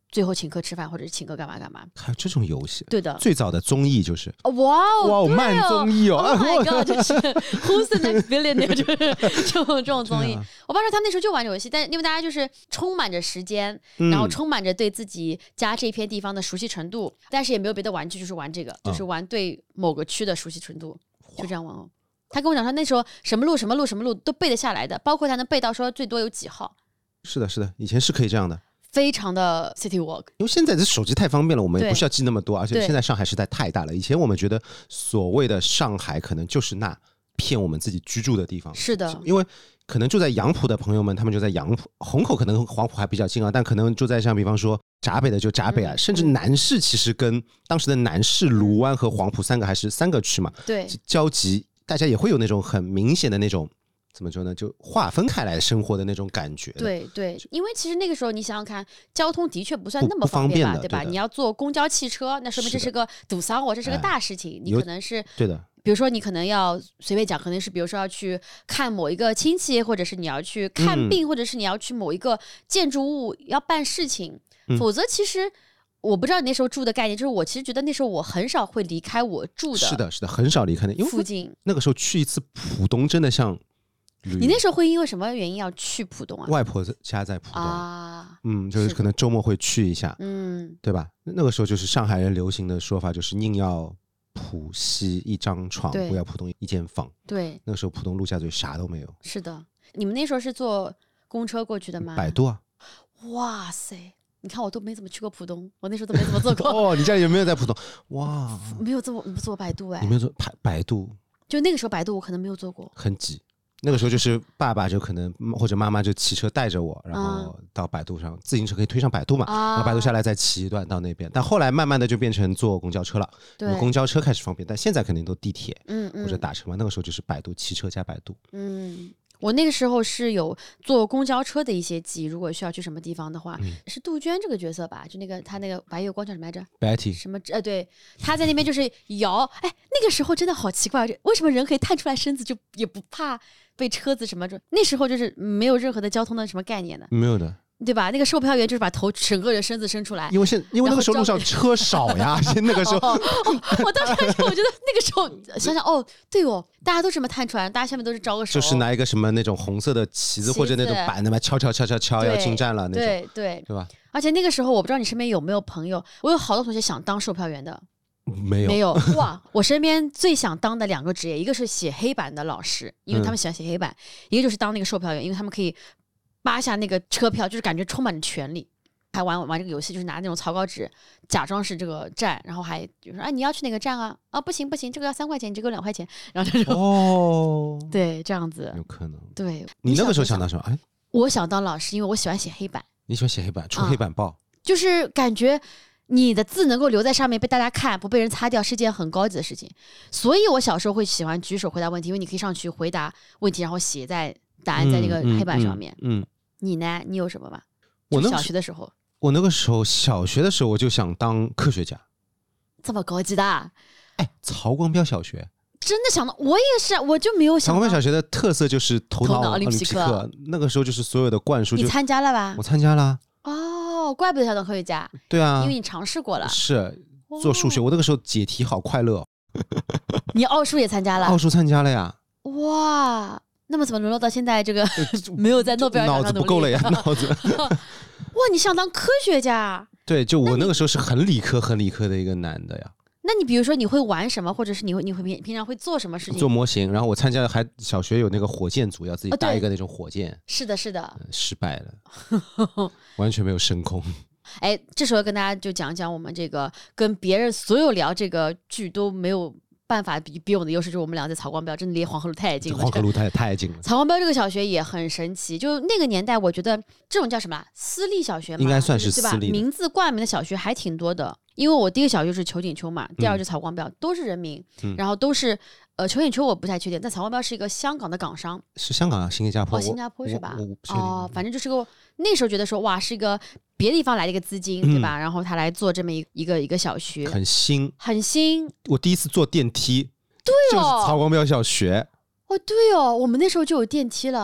最后请客吃饭，或者是请客干嘛干嘛。 还有这种游戏？ 对的， 最早的综艺就是哇哦， 慢综艺哦 ，Oh my god， 就是 Who's the Next Billionaire， 就是这种综艺。我爸说他们那时候就玩游戏，但是因为大家就是充满着时间，然后充满着对自己家这片地方的熟悉程度，但是也没有别的玩具，就是玩这个，就是玩对某个区的熟悉程度，就这样玩哦。他跟我讲说那时候什么路什么路什么路都背得下来的，包括他能背到说最多有几号。 是的，是的，以前是可以这样的。 非常的 city walk， 因为现在的手机太方便了，我们也不需要记那么多，而且现在上海实在太大了。以前我们觉得所谓的上海可能就是那片我们自己居住的地方。 是的， 因为可能住在杨浦的朋友们，他们就在杨浦，虹口可能黄浦还比较近啊，但可能住在像比方说闸北的就闸北啊，甚至南市其实跟当时的南市、卢湾和黄浦三个区嘛， 对， 交集，大家也会有那种很明显的那种。怎么说呢？就划分开来生活的那种感觉。 对对，因为其实那个时候你想想看，交通的确不算那么方便吧，对吧？你要坐公交汽车，那说明这是个堵桑哦，这是个大事情。你可能是对的， 比如说你可能要随便讲，可能是比如说要去看某一个亲戚，或者是你要去看病，或者是你要去某一个建筑物要办事情，否则其实。我不知道你那时候住的概念，就是我其实觉得那时候我很少会离开我住的， 是的，是的，很少离开的，因为附近那个时候去一次浦东真的像。 你那时候会因为什么原因要去浦东啊？ 外婆家在浦东啊， 就是可能周末会去一下，对吧？那个时候就是上海人流行的说法，就是宁要浦西一张床，不要浦东一间房。 对， 那个时候浦东陆家嘴啥都没有。 是的，你们那时候是坐公车过去的吗？ 摆渡啊！ 哇塞，你看我都没怎么去过浦东，我那时候都没怎么坐过。 哦，你家里有没有在浦东？哇， 没有坐摆渡哎， 你没有坐摆渡？ 就那个时候摆渡我可能没有坐过， 很挤。那个时候就是爸爸就可能或者妈妈就骑车带着我，然后到摆渡上，自行车可以推上摆渡嘛，然后摆渡下来再骑一段到那边。但后来慢慢的就变成坐公交车了，公交车开始方便，但现在肯定都地铁或者打车嘛。那个时候就是摆渡，骑车加摆渡。 我那个时候是有坐公交车的一些记忆，如果需要去什么地方的话，是杜鹃这个角色吧？就那个他那个白月光叫什么来着 ？Betty 什么？对，他在那边就是摇。哎，那个时候真的好奇怪，为什么人可以探出来身子就也不怕被车子什么？那时候就是没有任何的交通的什么概念的， 没有的。 对吧？那个售票员就是把头整个人身子伸出来， 因为那个时候路上车少呀，那个时候， 我当时我觉得那个时候想想对哦，大家都这么探出来，大家下面都是招个手， 就是拿一个什么那种红色的旗子或者那种板的嘛，敲要进站了那种，对吧？ 而且那个时候我不知道你身边有没有朋友，我有好多同学想当售票员的。 没有哇！我身边最想当的2个职业，一个是写黑板的老师，因为他们喜欢写黑板；一个就是当那个售票员，因为他们可以扒下那个车票，就是感觉充满着权力。还玩这个游戏，就是拿那种草稿纸假装是这个站，然后还就说你要去哪个站啊？不行，这个要3块钱，你这个2块钱，然后这种对，这样子有可能。 对， 你那个时候想当什么？ 我想当老师，因为我喜欢写黑板。 你喜欢写黑板，出黑板报， 就是感觉你的字能够留在上面被大家看，不被人擦掉，是件很高级的事情。所以我小时候会喜欢举手回答问题，因为你可以上去回答问题，然后写在答案在那个黑板上面。你呢？你有什么吗？我小学的时候， 我那个时候小学的时候我就想当科学家， 这么高级的？ 曹光标小学真的想到，我也是，我就没有想到。 曹光标小学的特色就是头脑奥林匹克，那个时候就是所有的灌输。 你参加了吧？ 我参加了。 怪不得想当科学家。 对啊， 因为你尝试过了。 是做数学，我那个时候解题好快乐。 你奥数也参加了？ 奥数参加了呀。 哇，那么怎么沦落到现在这个没有在诺贝尔奖上努力？ 脑子不够了呀，脑子。 哇，你想当科学家？ 对，就我那个时候是很理科的一个男的呀。 那你比如说你会玩什么，或者是你会平常会做什么事情？ 做模型，然后我参加了，还小学有那个火箭组，要自己搭一个那种火箭。 是的，是的。 失败了，完全没有升空。 这时候跟大家就讲讲我们这个跟别人所有聊这个剧都没有办法比我们的优势，就是我们俩在曹光标真的离黄河路太近了。 黄河路太近了。 曹光标这个小学也很神奇，就那个年代，我觉得这种叫什么私立小学嘛， 应该算是私立的， 名字冠名的小学还挺多的。因为我第一个小学是裘锦秋嘛，第二就是曹光标，都是人民，然后都是裘锦秋我不太确定，但曹光标是一个香港的港商， 是香港啊，新加坡， 新加坡是吧？ 我不确定。 反正就是个那时候觉得说哇，是一个别的地方来的一个资金，对吧？然后他来做这么一个小学， 很新。 我第一次坐电梯， 对就是曹光标小学。 对哦，我们那时候就有电梯了。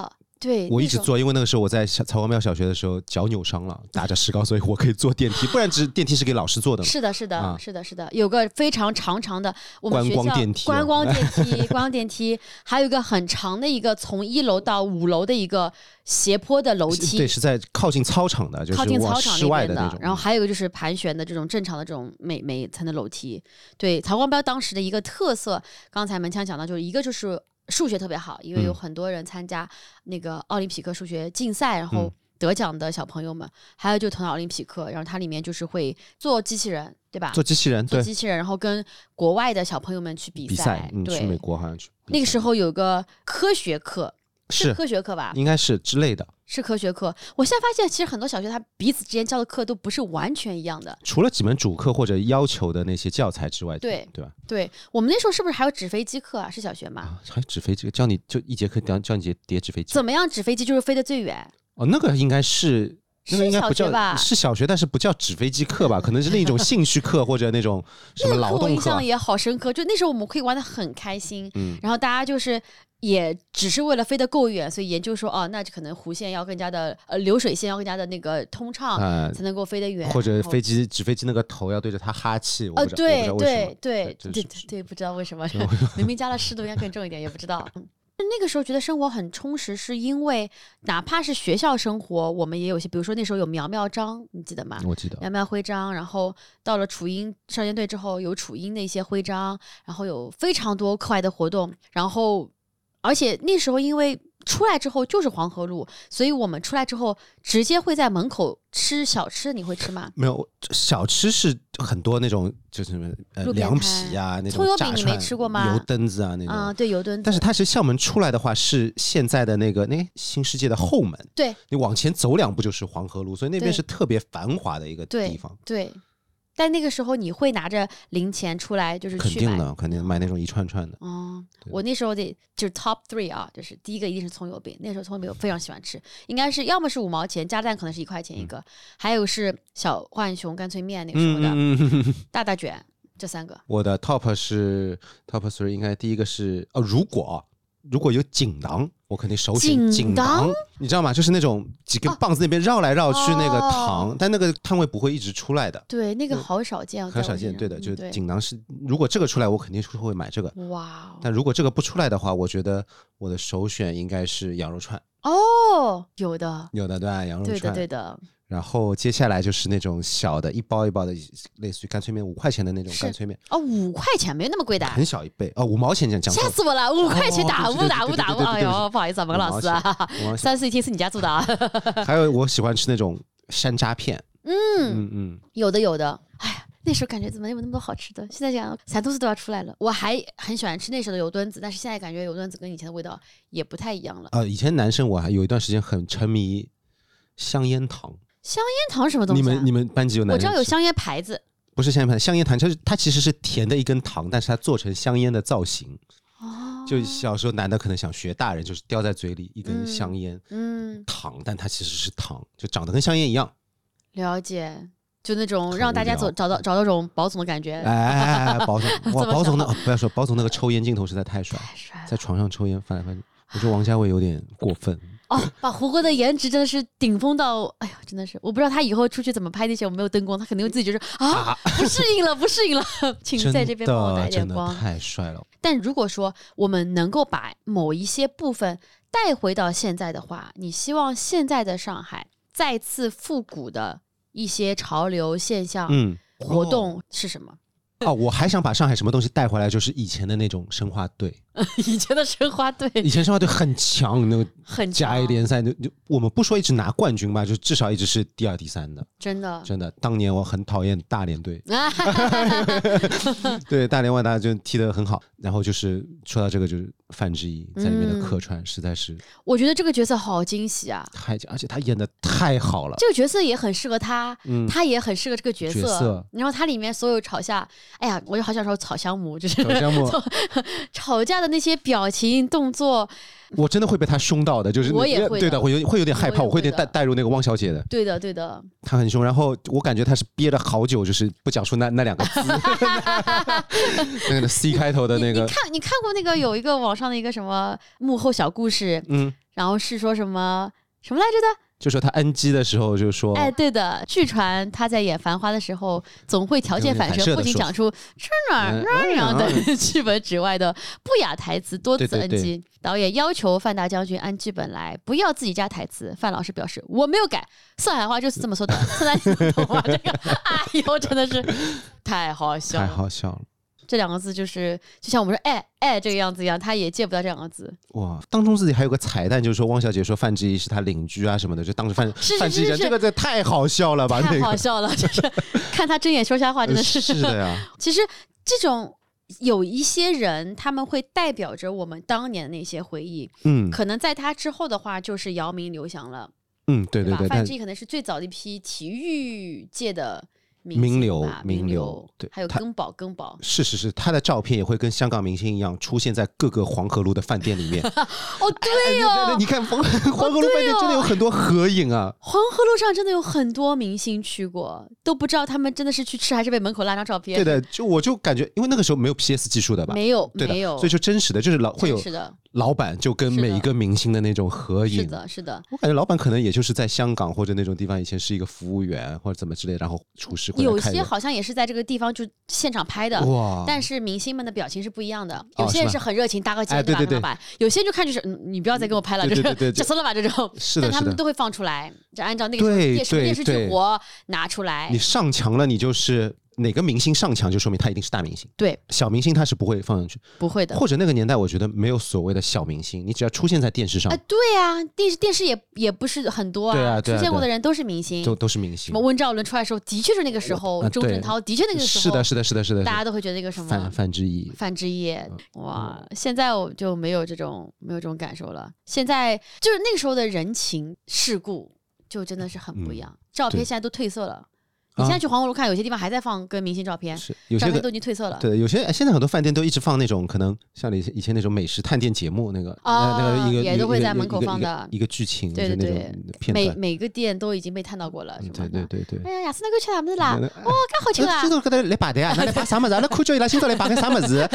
对， 我一直坐，因为那个时候我在曹光庙小学的时候脚扭伤了，打着石膏，所以我可以坐电梯，不然电梯是给老师坐的嘛。 是的，是的，是的，是的，有个非常长的我们学校观光电梯， 观光电梯，还有一个很长的一个从1楼到5楼的一个斜坡的楼梯， 对，是在靠近操场的，就是往室外的那种。 然后还有一个就是盘旋的这种正常的这种每层的楼梯。对，曹光标当时的一个特色，刚才门腔讲到，就是一个就是数学特别好，因为有很多人参加那个奥林匹克数学竞赛，然后得奖的小朋友们，还有就头脑奥林匹克，然后它里面就是会做机器人，对吧？ 做机器人， 然后跟国外的小朋友们去比赛。对， 去美国好像去。 那个时候有个科学课，是科学课吧？ 应该是之类的。 是科学课。我现在发现，其实很多小学它彼此之间教的课都不是完全一样的， 除了几门主课或者要求的那些教材之外，对吧？ 对，我们那时候是不是还有纸飞机课啊？是小学吗？ 还有纸飞机，教你就一节课教你叠纸飞机。 怎么样？纸飞机就是飞得最远。 哦，那个应该是。那个应该不叫吧？ 是小学，但是不叫纸飞机课吧？可能是另一种兴趣课或者那种什么劳动课。 我印象也好深刻，就那时候我们可以玩得很开心，然后大家就是也只是为了飞得够远，所以研究说哦，那可能弧线要更加的流水线要更加的那个通畅，才能够飞得远。 或者纸飞机那个头要对着它哈气，我不知道对，不知道为什么，明明加了湿度应该更重一点，也不知道。那个时候觉得生活很充实，是因为哪怕是学校生活，我们也有些，比如说那时候有苗苗章，你记得吗？ 我记得苗苗徽章，然后到了楚英少先队之后，有楚英的一些徽章，然后有非常多课外的活动，然后而且那时候因为出来之后就是黄河路，所以我们出来之后直接会在门口吃小吃，你会吃吗？ 没有，小吃是很多那种就是凉皮啊，那种葱油饼你没吃过吗？ 油墩子啊那种对，油墩子。 但是它是校门出来的话，是现在的那个新世界的后门。 对， 你往前走2步就是黄河路，所以那边是特别繁华的一个地方。 对。但那个时候你会拿着零钱出来，就是去肯定买那种一串串的。 我那时候就是 top 3啊，就是第一个一定是葱油饼，那时候葱油饼我非常喜欢吃，应该是要么是5毛钱，加蛋可能是1块钱一个，还有是小浣熊干脆面那个时候的大大卷，这3个。 我的 top 3应该第一个是如果有锦囊，我肯定首选锦囊，你知道吗？就是那种几根棒子那边绕来绕去那个糖，但那个摊位不会一直出来的。 对，那个好少见， 很少见。对的，就锦囊是，如果这个出来，我肯定是会买这个。 哇！ 但如果这个不出来的话，我觉得我的首选应该是羊肉串。 有的， 对吧？羊肉串， 对的。 然后接下来就是那种小的一包一包的，类似于干脆面5块钱的那种干脆面。 5块钱没有那么贵的， 很小一杯5毛钱这样讲。 吓死我了！5块钱打误！哎呦，不好意思啊，蒙老师啊，3室1厅是你家住的啊。 还有我喜欢吃那种山楂片。 有的。哎呀，那时候感觉怎么有那么多好吃的？现在讲陕都市都要出来了。我还很喜欢吃那时候的油墩子，但是现在感觉油墩子跟以前的味道也不太一样了。 以前男生我还有一段时间很沉迷香烟糖。 香烟糖什么东西？ 你们班级有男生？ 我知道有香烟牌子， 不是香烟牌子，香烟糖它其实是甜的一根糖，但是它做成香烟的造型。就小时候男的可能想学大人，就是叼在嘴里一根香烟，糖，但它其实是糖，就长得跟香烟一样。 了解，就那种让大家找到这种宝总的感觉。 宝总，哇，宝总不要说宝总那个抽烟镜头实在太帅，在床上抽烟翻来翻去，我觉得王家卫有点过分。 把胡歌的颜值真的是顶峰到，哎呀，真的是，我不知道他以后出去怎么拍那些我没有灯光，他肯定会自己觉得不适应了，请在这边帮我打一点光， 真的太帅了。 但如果说我们能够把某一些部分带回到现在的话，你希望现在的上海再次复古的一些潮流现象、活动是什么？ 我还想把上海什么东西带回来，就是以前的那种申花队。 以前的申花队很强，那个甲 A 联赛，我们不说一直拿冠军吧，就至少一直是第2、第3的。真的，当年我很讨厌大连队，对大连万达就踢得很好。然后就是说到这个，就是范志毅在里面的客串，实在是，我觉得这个角色好惊喜啊，而且他演的太好了，这个角色也很适合他，他也很适合这个角色。然后他里面所有吵架，哎呀，我就好想说草香母，就是吵架的那些表情动作，我真的会被他凶到的，就是我也会对的，会有点害怕，我会有点带入那个汪小姐的，对的，他很凶，然后我感觉他是憋了好久，就是不讲出那2个字，那个 C 开头的那个，你看过那个有一个网上的一个什么幕后小故事， 然后是说什么来着的？ 就说他 NG 的时候就说， 哎，对的，据传他在演《繁花》的时候，总会条件反射，不仅讲出这样的剧本之外的不雅台词，多次 NG。 对导演要求范大将军按剧本来，不要自己加台词。范老师表示我没有改，上海话就是这么说的。现在你懂吗？这个，哎呦，真的是太好笑了， 太好笑了。 这两个字就是就像我们说哎这个样子一样，他也借不到这两个字。 哇，当中自己还有个彩蛋，就是说汪小姐说范志毅是她邻居啊什么的，就当时范志毅讲这个太好笑了吧？ 太好笑了，就是看他睁眼说瞎话，真的是是的呀。 其实这种有一些人，他们会代表着我们当年的那些回忆。可能在他之后的话，就是姚明、刘翔了。 对。 范志毅可能是最早的一批体育界的。 名流， 对，还有根宝， 是，他的照片也会跟香港明星一样出现在各个黄河路的饭店里面。 哦，对哦， 对，你看黄河路饭店真的有很多合影啊。 黄河路上真的有很多明星去过，都不知道他们真的是去吃还是被门口拉张照片。 对的，我就感觉，因为那个时候没有 PS 技术的吧？ 没有， 所以就真实的，就是会有老板就跟每一个明星的那种合影。 是的。我感觉老板可能也就是在香港或者那种地方以前是一个服务员或者怎么之类，然后厨师。 有些好像也是在这个地方就现场拍的，但是明星们的表情是不一样的。有些人是很热情，搭个肩对吧，跟老板；有些就看就是你不要再给我拍了，就是结束了吧这种。但他们都会放出来，就按照那个电视剧活拿出来。 你上墙了，你就是哪个明星上墙，就说明他一定是大明星。 对， 小明星他是不会放上去， 不会的。 或者那个年代，我觉得没有所谓的小明星，你只要出现在电视上。 对啊，电视也不是很多啊。出现过的人都是明星， 都是明星。 什么温兆伦出来的时候，的确是那个时候；钟镇涛的确那个时候。是的。大家都会觉得一个什么范志毅。 哇！现在我就没有这种感受了。现在就是那个时候的人情世故，就真的是很不一样。照片现在都褪色了。你现在去黄河路看，有些地方还在放跟明星照片，照片都已经褪色了。 对，有些现在很多饭店都一直放那种可能像以前那种美食探店节目，那个也都会在门口放的一个剧情， 对， 片段。 每个店都已经被探到过了，是吧？ 对。 哎呀，亚斯那个吃啥么子啦？哇，干好吃啊！ 今朝搿搭来排队啊，那来排啥么子？那看叫伊拉今朝来排个啥么子？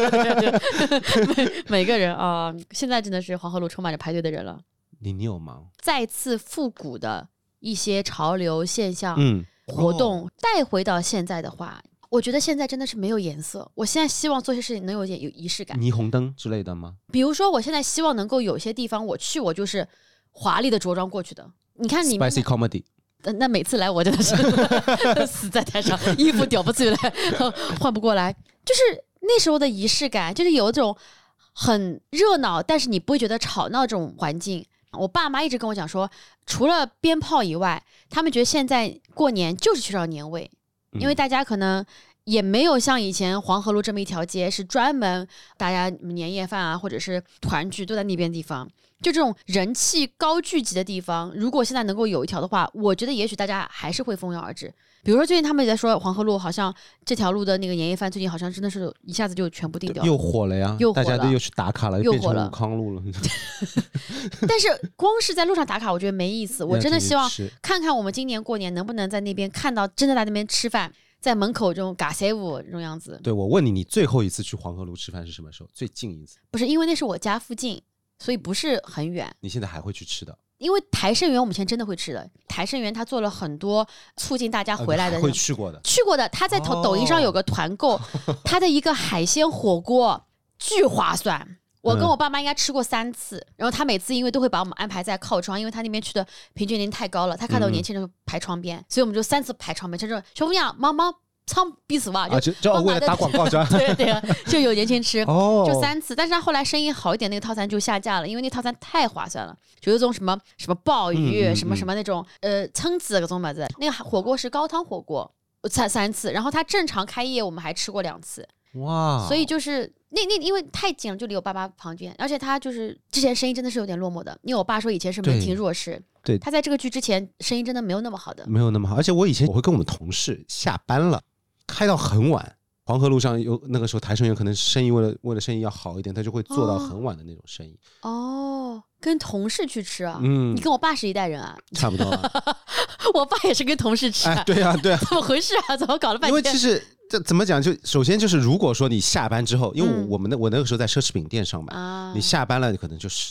每个人啊，现在真的是黄河路充满着排队的人了。 你有吗？ 再次复古的一些潮流现象，活动带回到现在的话，我觉得现在真的是没有颜色。我现在希望做些事情能有点有仪式感， 霓虹灯之类的吗？ 比如说，我现在希望能够有些地方我就是华丽的着装过去的。你看你们 Spicy Comedy， 那每次来我真的是死在台上，衣服掉不出来，换不过来。就是那时候的仪式感，就是有一种很热闹，但是你不会觉得吵闹这种环境。我爸妈一直跟我讲说，除了鞭炮以外，他们觉得现在过年就是缺少年味，因为大家可能也没有像以前黄河路这么一条街是专门大家年夜饭啊，或者是团聚都在那边地方。就这种人气高聚集的地方，如果现在能够有一条的话，我觉得也许大家还是会蜂拥而至。比如说最近他们也在说黄河路好像这条路的那个年夜饭最近好像真的是一下子就全部定掉了， 又火了呀，大家都又去打卡了，又变成武康路了。 但是光是在路上打卡我觉得没意思，我真的希望看看我们今年过年能不能在那边看到真的在那边吃饭，在门口这种嘎塞舞这种样子。 对，我问你，你最后一次去黄河路吃饭是什么时候？最近一次？ 不是，因为那是我家附近，所以不是很远。 你现在还会去吃的？ 因为台盛园我们以前真的会吃的，台盛园他做了很多促进大家回来的， 会去过的， 他在抖音上有个团购，他的一个海鲜火锅巨划算。我跟我爸妈应该吃过3次，然后他每次因为都会把我们安排在靠窗，因为他那边去的平均年龄太高了，他看到年轻人排窗边，所以我们就3次排窗边，就是小姑娘忙仓逼死吧， 就为了打广告是吧？ 对，就有年轻人吃，就3次。但是他后来生意好一点，那个套餐就下架了，因为那套餐太划算了，就有一种什么鲍鱼、什么那种蛏子各种么子。那个火锅是高汤火锅，才3次，然后他正常开业我们还吃过2次。哇！所以就是那因为太近了，就离我爸爸旁边，而且他就是之前生意真的是有点落寞的，因为我爸说以前是门庭若市。对，他在这个剧之前生意真的没有那么好的， 没有那么好。而且我以前会跟我们同事下班了开到很晚，黄河路上有那个时候台盛园可能生意为了生意要好一点，他就会做到很晚的那种生意。 跟同事去吃啊？你跟我爸是一代人啊？ 差不多啊。 我爸也是跟同事吃啊。 对啊， 怎么回事啊？怎么搞了半天？ 因为其实这怎么讲，就首先就是如果说你下班之后，因为我那个时候在奢侈品店上班，你下班了可能就10点了。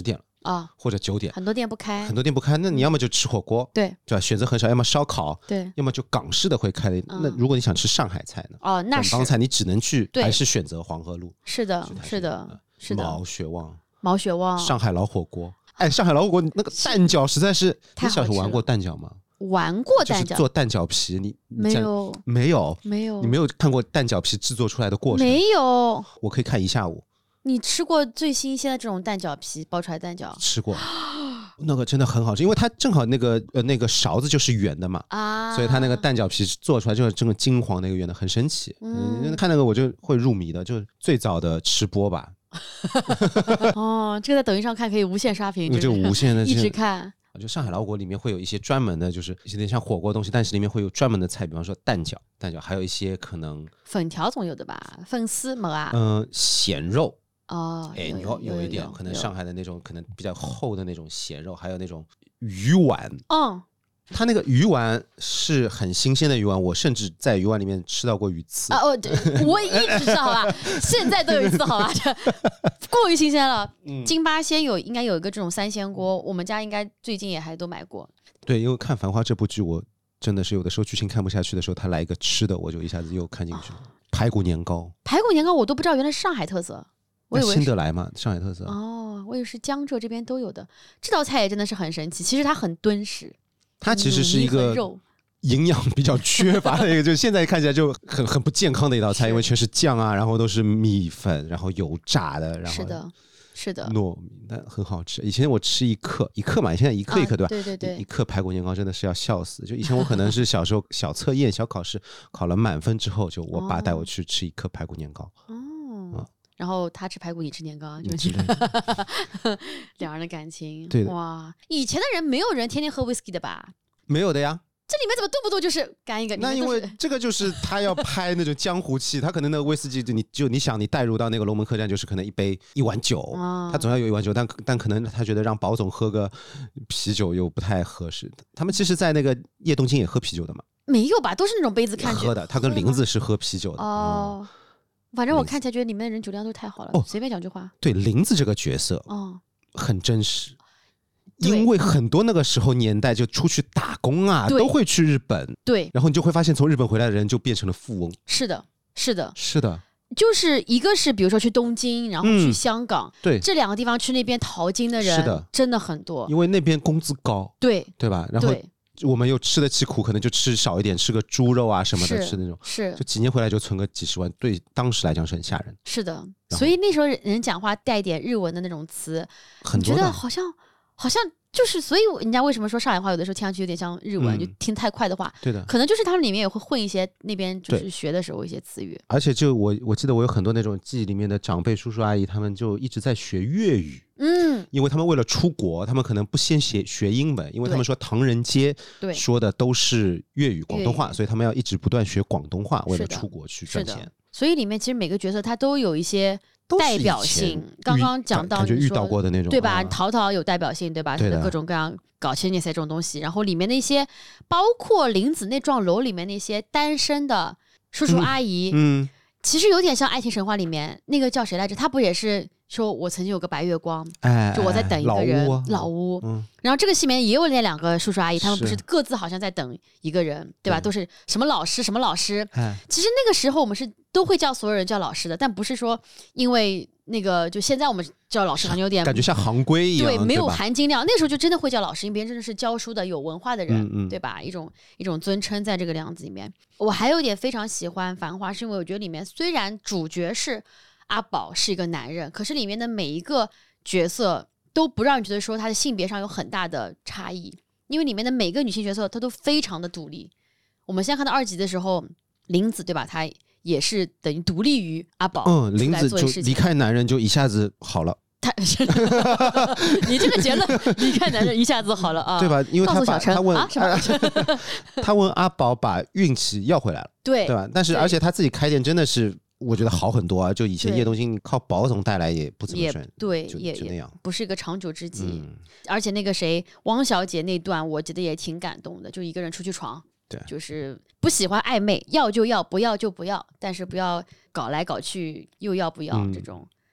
啊， 或者9点， 很多店不开， 很多店不开，那你要么就吃火锅， 对对吧？选择很少，要么烧烤， 对， 要么就港式的会开的。那如果你想吃上海菜呢？ 哦，那是本帮菜你只能去， 对还是选择黄河路？ 是的， 去是的，是的， 毛血旺、 毛血旺， 上海老火锅。哎，上海老火锅那个蛋饺实在是， 太好吃了你小时候玩过蛋饺吗？ 玩过蛋饺， 就是做蛋饺皮，你没有， 没有， 没有， 你没有看过蛋饺皮制作出来的过程？ 没有， 我可以看一下午。 你吃过最新鲜的这种蛋饺皮包出来蛋饺？ 吃过，那个真的很好吃，因为它正好那个勺子就是圆的嘛， 啊， 所以它那个蛋饺皮做出来就是这个金黄那个圆的，很神奇。看那个我就会入迷的，就是最早的吃播吧。 哦，这个在抖音上看可以无限刷屏， 就无限的一直看。 就上海老火锅里面会有一些专门的，就是有点像火锅的东西，但是里面会有专门的菜，比方说蛋饺，还有一些可能粉条总有的吧，粉丝没啊？ 咸肉。 哦， 哎，有一点，可能上海的那种可能比较厚的那种咸肉，还有那种鱼丸。它那个鱼丸是很新鲜的鱼丸，我甚至在鱼丸里面吃到过鱼刺啊！我一直吃，好吧，现在都有一次，好吧，过于新鲜了。金八仙应该有一个这种3鲜锅，我们家应该最近也还都买过。 对，因为看《繁花》这部剧，我真的是有的时候剧情看不下去的时候，他来一个吃的，我就一下子又看进去了。排骨年糕， 排骨年糕我都不知道原来是上海特色，我以为新德来嘛，上海特色。 哦，我以为是江浙这边都有的。这道菜也真的是很神奇，其实它很敦实。 它其实是一个营养比较缺乏的一个，就现在看起来就很不健康的一道菜，因为全是酱啊，然后都是米粉，然后油炸的，然后是的， 糯米，但很好吃。以前我吃一克嘛，现在一克对吧？ 对对对， 一克排骨年糕真的是要笑死。就以前我可能是小时候小测验、小考试考了满分之后，就我爸带我去吃一克排骨年糕。 然后他吃排骨，你吃年糕，就是两人的感情。 对的， 哇，以前的人没有人天天喝 whisky 的吧？ 没有的呀。 这里面怎么动不动就是干一个？ 那因为这个就是他要拍那种江湖气，他可能那个威士忌，你想你带入到那个龙门客栈，就是可能一碗酒，他总要有一碗酒，但可能他觉得让保总喝个啤酒又不太合适。他们其实，在那个叶东京也喝啤酒的嘛？ 没有吧？都是那种杯子看喝的。他跟林子是喝啤酒的哦。反正我看起来觉得里面的人酒量都太好了，随便讲句话。 对，林子这个角色很真实，因为很多那个时候年代就出去打工啊，都会去日本。 对， 然后你就会发现从日本回来的人就变成了富翁。 是的，是的， 是的。 就是一个是比如说去东京，然后去香港， 对， 这2个地方去那边淘金的人真的很多， 因为那边工资高，对吧？然后我们又吃得起苦，可能就吃少一点，吃个猪肉啊什么的，吃那种，就几年回来就存个几十万，对当时来讲是很吓人。是的，所以那时候人讲话带点日文的那种词，很多的，觉得好像就是，所以人家为什么说上海话有的时候听上去有点像日文，就听太快的话，对的，可能就是他们里面也会混一些那边就是学的时候一些词语。而且就我记得我有很多那种记忆里面的长辈叔叔阿姨，他们就一直在学粤语。因为他们为了出国，他们可能不先学英文，因为他们说唐人街说的都是粤语广东话，所以他们要一直不断学广东话，为了出国去赚钱。所以里面其实每个角色他都有一些代表性。刚刚讲到感觉遇到过的那种，对吧？淘淘有代表性，对吧？他的各种各样搞切那些这种东西，然后里面的一些，包括林子那幢楼里面那些单身的叔叔阿姨，其实有点像《爱情神话》里面那个叫谁来着？他不也是？说我曾经有个白月光，就我在等一个人，老屋。然后这个戏里面也有那2个叔叔阿姨，他们不是各自好像在等一个人，对吧？都是什么老师什么老师。其实那个时候我们是都会叫所有人叫老师的，但不是说因为那个就现在我们叫老师好像有点感觉像行规一样，对，没有含金量。那时候就真的会叫老师，因为别人真的是教书的、有文化的人，对吧？一种尊称在这个样子里面。我还有一点非常喜欢《繁花》，是因为我觉得里面虽然主角是阿宝是一个男人，可是里面的每一个角色都不让你觉得说他的性别上有很大的差异，因为里面的每个女性角色她都非常的独立。我们现在看到2集的时候，林子对吧，她也是等于独立于阿宝，林子就离开男人就一下子好了。你这个结论离开男人一下子好了啊，对吧？因为他问他问阿宝把运气要回来了，对吧？但是而且他自己开店真的是。我觉得好很多啊！就以前叶东兴靠保总带来也不怎么顺，对，也那样，不是一个长久之计。而且那个谁，汪小姐那段，我觉得也挺感动的，就一个人出去闯，对，就是不喜欢暧昧，要就要，不要就不要，但是不要搞来搞去，又要不要这种。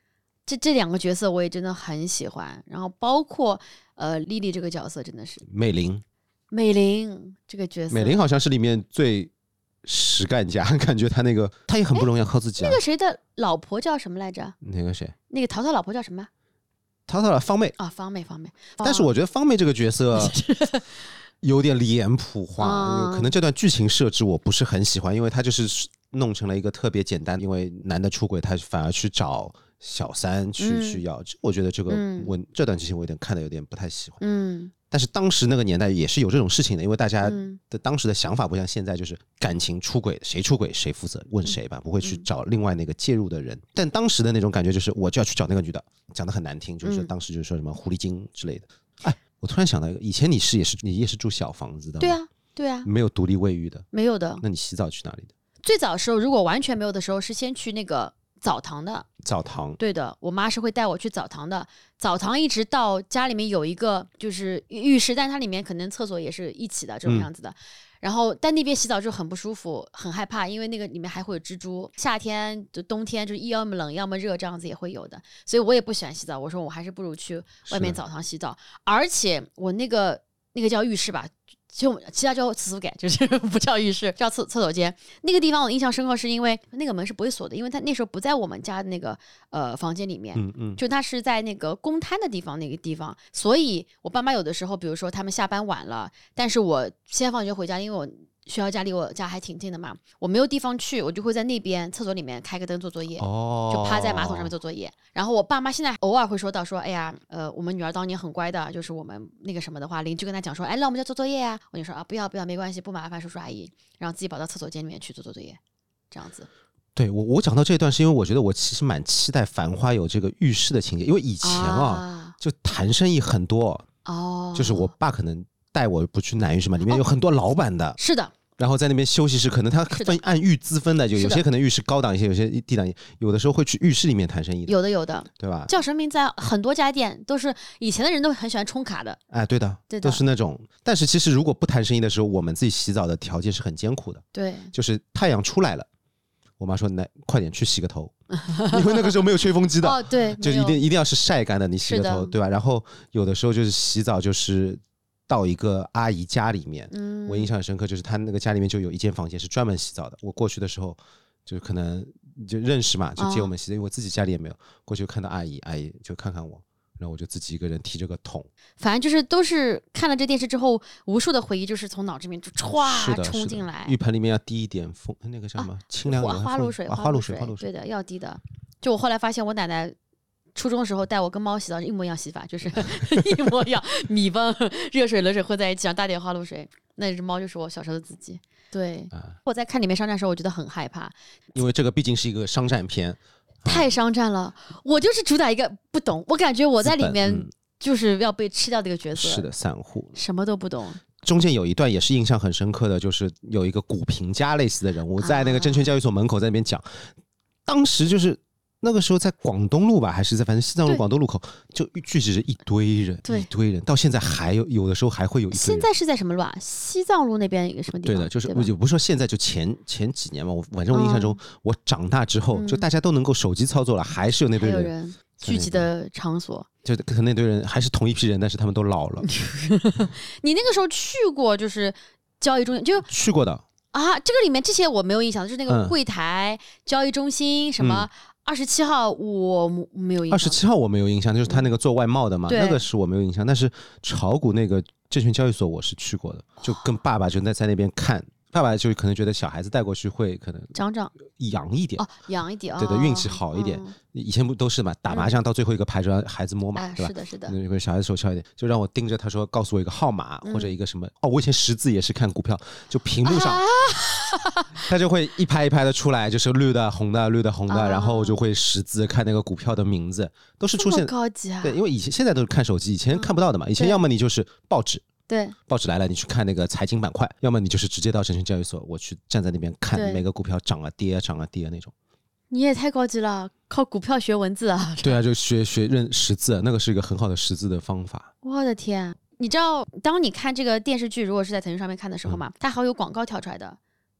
这两个角色我也真的很喜欢，然后包括莉莉这个角色真的是美玲这个角色， 美玲好像是里面最实干家，感觉她她也很不容易靠自己啊。 那个谁的老婆叫什么来着？ 那个谁？ 那个淘淘老婆叫什么？ 淘淘的方妹啊，方妹。 但是我觉得方妹这个角色有点脸谱化，可能这段剧情设置我不是很喜欢，因为她就是弄成了一个特别简单，因为男的出轨，他反而去找小三去要，我觉得这个这段剧情我有点看的有点不太喜欢。但是当时那个年代也是有这种事情的，因为大家的当时的想法不像现在，就是感情出轨谁出轨谁负责，问谁吧，不会去找另外那个介入的人。但当时的那种感觉就是我就要去找那个女的，讲的很难听，就是当时就是说什么狐狸精之类的。哎，我突然想到一个，以前你也是住小房子的吗？ 对啊， 没有独立卫浴的， 没有的。 那你洗澡去哪里的？ 最早的时候如果完全没有的时候是先去那个澡堂的。 澡堂， 对的，我妈是会带我去澡堂的。澡堂一直到家里面有一个就是浴室，但它里面可能厕所也是一起的这种样子的。然后但那边洗澡就很不舒服，很害怕，因为那个里面还会有蜘蛛。夏天就冬天就要么冷要么热，这样子也会有的，所以我也不喜欢洗澡。我说我还是不如去外面澡堂洗澡。而且我那个叫浴室吧，就其他叫厕所间，就是不叫浴室，叫厕所间。那个地方我印象深刻，是因为那个门是不会锁的，因为他那时候不在我们家的那个房间里面，就他是在那个公摊的地方那个地方，所以我爸妈有的时候，比如说他们下班晚了，但是我先放学回家，因为我学校家离我家还挺近的嘛，我没有地方去，我就会在那边厕所里面开个灯做作业，就趴在马桶上面做作业。然后我爸妈现在偶尔会说到说，哎呀，我们女儿当年很乖的，就是我们那个什么的话，邻居跟她讲说，哎，来我们家做作业啊，我就说啊，不要，没关系，不麻烦叔叔阿姨，然后自己跑到厕所间里面去做作业，这样子。 对，我讲到这一段是因为我觉得我其实蛮期待《繁花》有这个浴室的情节，因为以前就谈生意很多就是我爸可能带我不去男浴室嘛，里面有很多老板的， 是的。 然后在那边休息室，可能他按浴资分的，就有些可能浴室高档一些，有些低档一些，有的时候会去浴室里面谈生意的， 有的， 对吧？ 叫什么名字啊？很多家店都是以前的人都很喜欢充卡的， 哎，对的，都是那种。但是其实如果不谈生意的时候，我们自己洗澡的条件是很艰苦的， 对， 就是太阳出来了，我妈说来快点去洗个头，因为那个时候没有吹风机的， 哦，对， 就一定要是晒干的，你洗个头，对吧？然后有的时候就是洗澡就是到一个阿姨家里面，我印象很深刻，就是她那个家里面就有一间房间是专门洗澡的。我过去的时候，就可能就认识嘛，就接我们洗，因为我自己家里也没有。过去看到阿姨就看看我，然后我就自己一个人提着个桶。 反正就是都是看了这电视之后，无数的回忆就是从脑子里面就歘冲进来。 浴盆里面要滴一点风，那个叫什么？清凉花露水， 花露水， 对的，要滴的。就我后来发现，我奶奶初中的时候带我跟猫洗澡一模一样洗法，就是一模一样，米帮热水冷水混在一起，然后搭点花露水。那只猫就是我小时候的自己。对，我在看里面商战的时候，我觉得很害怕， 因为这个毕竟是一个商战片， 太商战了。我就是主打一个不懂，我感觉我在里面就是要被吃掉的一个角色。 是的，散户什么都不懂。 中间有一段也是印象很深刻的，就是有一个股评家类似的人物在那个证券交易所门口在那边讲，当时就是那个时候在广东路吧，还是在反正西藏路广东路口，就聚集着一堆人，到现在还有的时候还会有一堆人。 现在是在什么路啊？西藏路那边一个什么地方？ 对的，就是我就不是说现在，就前几年嘛，反正我印象中，我长大之后，就大家都能够手机操作了，还是有那堆人聚集的场所。 就可能那堆人还是同一批人，但是他们都老了。 你那个时候去过就是交易中心，就去过的啊？这个里面这些我没有印象，就是那个柜台、交易中心什么。27号我没有印象 ，27号我没有印象，就是他那个做外贸的嘛，那个是我没有印象。但是炒股那个证券交易所我是去过的，就跟爸爸就在那边看，爸爸就可能觉得小孩子带过去会可能长养一点养一点， 对的，运气好一点。以前不都是嘛，打麻将到最后一个牌就让孩子摸嘛，对吧？ 是的。 那个小孩子手巧一点，就让我盯着他说，告诉我一个号码或者一个什么。我以前识字也是看股票，就屏幕上。他就会一拍一拍的出来，就是绿的红的绿的红的，然后就会识字看那个股票的名字，都是出现高级啊。 对，因为现在都是看手机，以前看不到的嘛。以前要么你就是报纸， 对， 报纸来了你去看那个财经板块，要么你就是直接到证券交易所，我去站在那边看每个股票涨啊跌啊涨啊跌啊那种。 你也太高级了，靠股票学文字啊？ 对啊，就学认识字，那个是一个很好的识字的方法。 我的天，你知道当你看这个电视剧如果是在腾讯上面看的时候嘛，它还会有广告跳出来的。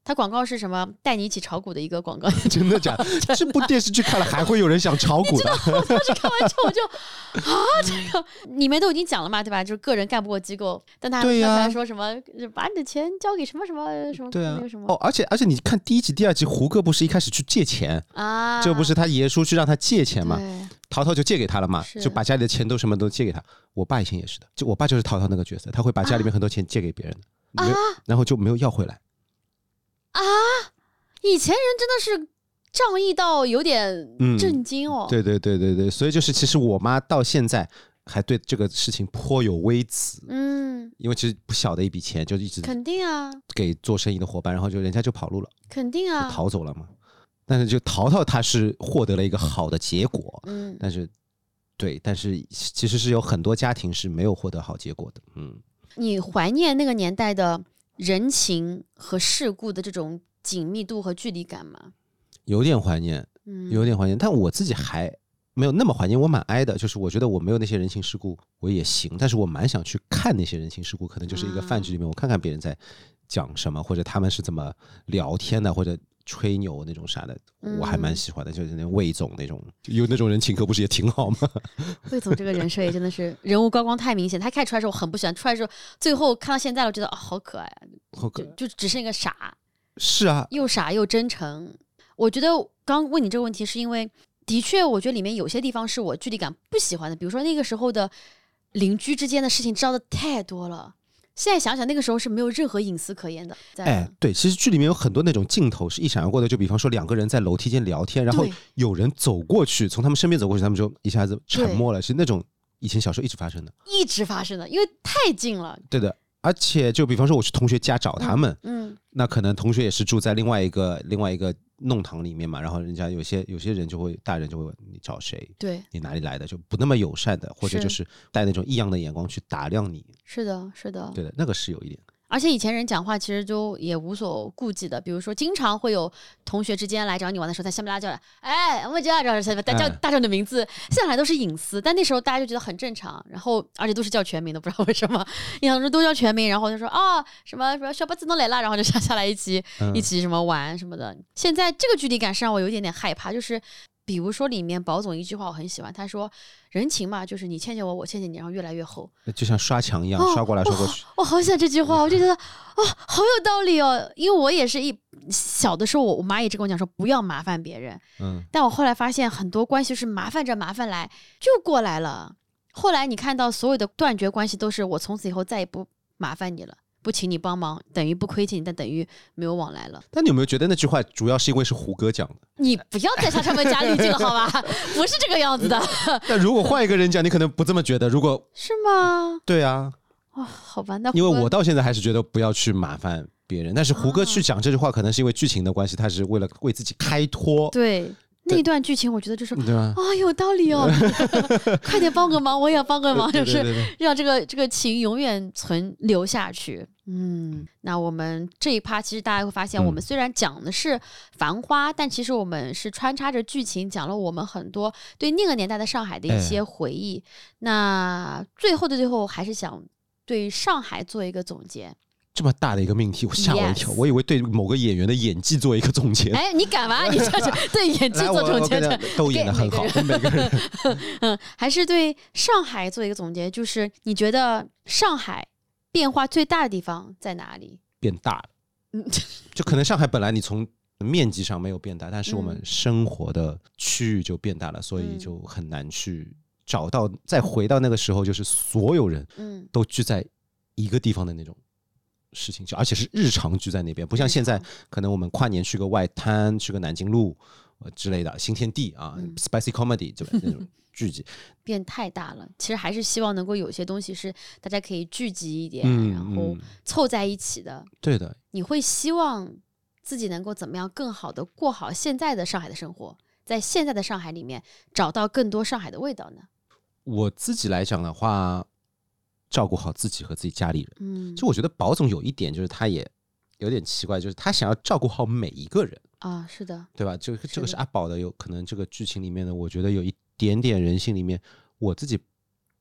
他广告是什么？带你一起炒股的一个广告。 真的假的？这部电视剧看了还会有人想炒股的？ 我当时看完之后我就这个里面都已经讲了嘛，对吧？就是个人干不过机构，但他还说什么把你的钱交给什么什么什么对啊那个什么而且你看第1集、第2集，胡歌不是一开始去借钱啊？ 这不是他爷叔去让他借钱嘛？ 对， 淘淘就借给他了嘛，就把家里的钱什么都借给他。我爸以前也是的，就我爸就是淘淘那个角色，他会把家里面很多钱借给别人的，然后就没有要回来。 啊！以前人真的是仗义到有点震惊哦。 对，所以就是其实我妈到现在还对这个事情颇有微词。因为其实不小的一笔钱，就一直肯定啊给做生意的伙伴，然后就人家就跑路了， 肯定啊， 逃走了嘛。但是就淘淘他是获得了一个好的结果，但是其实是有很多家庭是没有获得好结果的。 你怀念那个年代的人情和世故的这种紧密度和距离感吗？ 有点怀念，但我自己还没有那么怀念，我蛮哀的，就是我觉得我没有那些人情世故我也行，但是我蛮想去看那些人情世故，可能就是一个饭局里面我看看别人在讲什么，或者他们是怎么聊天的，或者吹牛那种啥的，我还蛮喜欢的，就是那魏总那种，有那种人情可不是也挺好吗？ 魏总这个人设也真的是人物高光太明显，他开出来的时候我很不喜欢，出来的时候最后看到现在我觉得好可爱啊，就只剩一个傻， 是啊， 又傻又真诚。我觉得刚问你这个问题是因为的确我觉得里面有些地方是我距离感不喜欢的，比如说那个时候的邻居之间的事情知道的太多了，现在想想那个时候是没有任何隐私可言的。 对，其实剧里面有很多那种镜头是一闪而过的，就比方说2个人在楼梯间聊天，然后有人走过去，从他们身边走过去，他们就一下子沉默了，是那种以前小时候一直发生的，因为太近了。对的，而且就比方说我去同学家找他们，那可能同学也是住在另外一个弄堂里面嘛，然后人家有些人大人就会问你找谁，对，你哪里来的，就不那么友善的，或者就是带那种异样的眼光去打量你。是的，对的，那个是有一点。 而且以前人讲话其实就也无所顾忌的，比如说经常会有同学之间来找你玩的时候，在下面拉叫来，我们叫大家的名字，向来都是隐私，但那时候大家就觉得很正常，然后而且都是叫全名的，不知道为什么，印象中都叫全名，然后就说什么小八子都来了，然后就下来一起什么玩什么的。现在这个距离感是让我有点害怕，就是比如说里面宝总一句话我很喜欢，他说人情嘛，就是你欠欠我，我欠欠你，然后越来越厚， 就像刷墙一样，刷过来刷过去。 我好喜欢这句话，我就觉得好有道理哦。因为我也是小的时候，我妈一直跟我讲说不要麻烦别人，但我后来发现很多关系是麻烦着麻烦来就过来了。后来你看到所有的断绝关系都是我从此以后再也不麻烦你了，不请你帮忙等于不亏欠你，但等于没有往来了。 但你有没有觉得那句话主要是因为是胡歌讲的？ 你不要再上面加滤镜了好吧？不是这个样子的。 但如果换一个人讲，你可能不这么觉得。如果是吗？ 对啊。 好吧，那因为我到现在还是觉得不要去麻烦别人，但是胡歌去讲这句话，可能是因为剧情的关系，他是为了为自己开脱。 对。那一段剧情我觉得就是对吧？ 有道理哦，快点帮个忙，我也要帮个忙，就是让这个情永远留下去。那我们这一趴其实大家会发现，我们虽然讲的是繁花，但其实我们是穿插着剧情讲了我们很多对那个年代的上海的一些回忆。那最后的最后，还是想对上海做一个总结。 这么大的一个命题，我吓我一跳，我以为对某个演员的演技做一个总结。 你敢吗？你这是对演技做总结的， 都演得很好，每个人。 还是对上海做一个总结，就是你觉得上海变化最大的地方在哪里？ 变大了。就可能上海本来你从面积上没有变大，但是我们生活的区域就变大了，所以就很难去找到再回到那个时候，就是所有人都聚在一个地方的那种事情，而且是日常聚在那边，不像现在可能我们跨年去个外滩，去个南京路之类的新天地啊，Spicy Comedy 就那种聚集变太大了。其实还是希望能够有些东西是大家可以聚集一点，然后凑在一起的。 对的。 你会希望自己能够怎么样更好的过好现在的上海的生活，在现在的上海里面找到更多上海的味道呢？ 我自己来讲的话，照顾好自己和自己家里人。就我觉得宝总有一点就是他也有点奇怪，就是他想要照顾好每一个人啊，是的， 对吧？这个是阿宝的，有可能这个剧情里面呢，我觉得有一点点人性里面，我自己